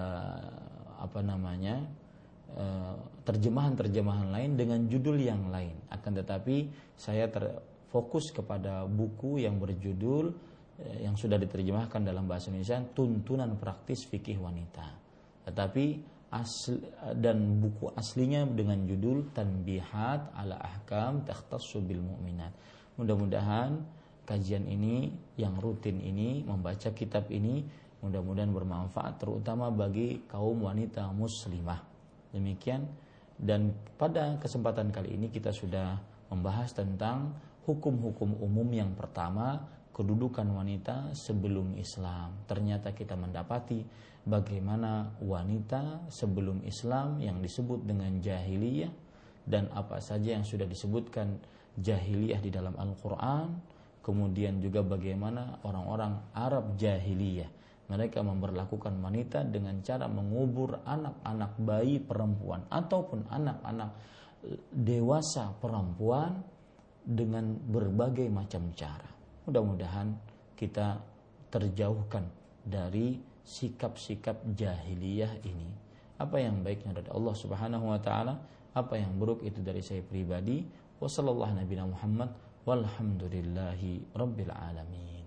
terjemahan-terjemahan lain dengan judul yang lain, akan tetapi saya terfokus kepada buku yang berjudul yang sudah diterjemahkan dalam bahasa Indonesia, Tuntunan Praktis Fikih Wanita. Tetapi dan buku aslinya dengan judul Tanbihat ala Ahkam Takhtassu bil Mu'minat. Mudah-mudahan kajian ini yang rutin ini, membaca kitab ini, mudah-mudahan bermanfaat terutama bagi kaum wanita muslimah. Demikian, dan pada kesempatan kali ini kita sudah membahas tentang hukum-hukum umum. Yang pertama, kedudukan wanita sebelum Islam. Ternyata kita mendapati bagaimana wanita sebelum Islam yang disebut dengan jahiliyah, dan apa saja yang sudah disebutkan jahiliyah di dalam Al-Quran. Kemudian juga bagaimana orang-orang Arab jahiliyah, mereka memperlakukan wanita dengan cara mengubur anak-anak bayi perempuan ataupun anak-anak dewasa perempuan dengan berbagai macam cara. Mudah-mudahan kita terjauhkan dari sikap-sikap jahiliyah ini. Apa yang baiknya dari Allah Subhanahu wa taala, apa yang buruk itu dari saya pribadi. Wassallallahu nabiyana Muhammad walhamdulillahi rabbil alamin.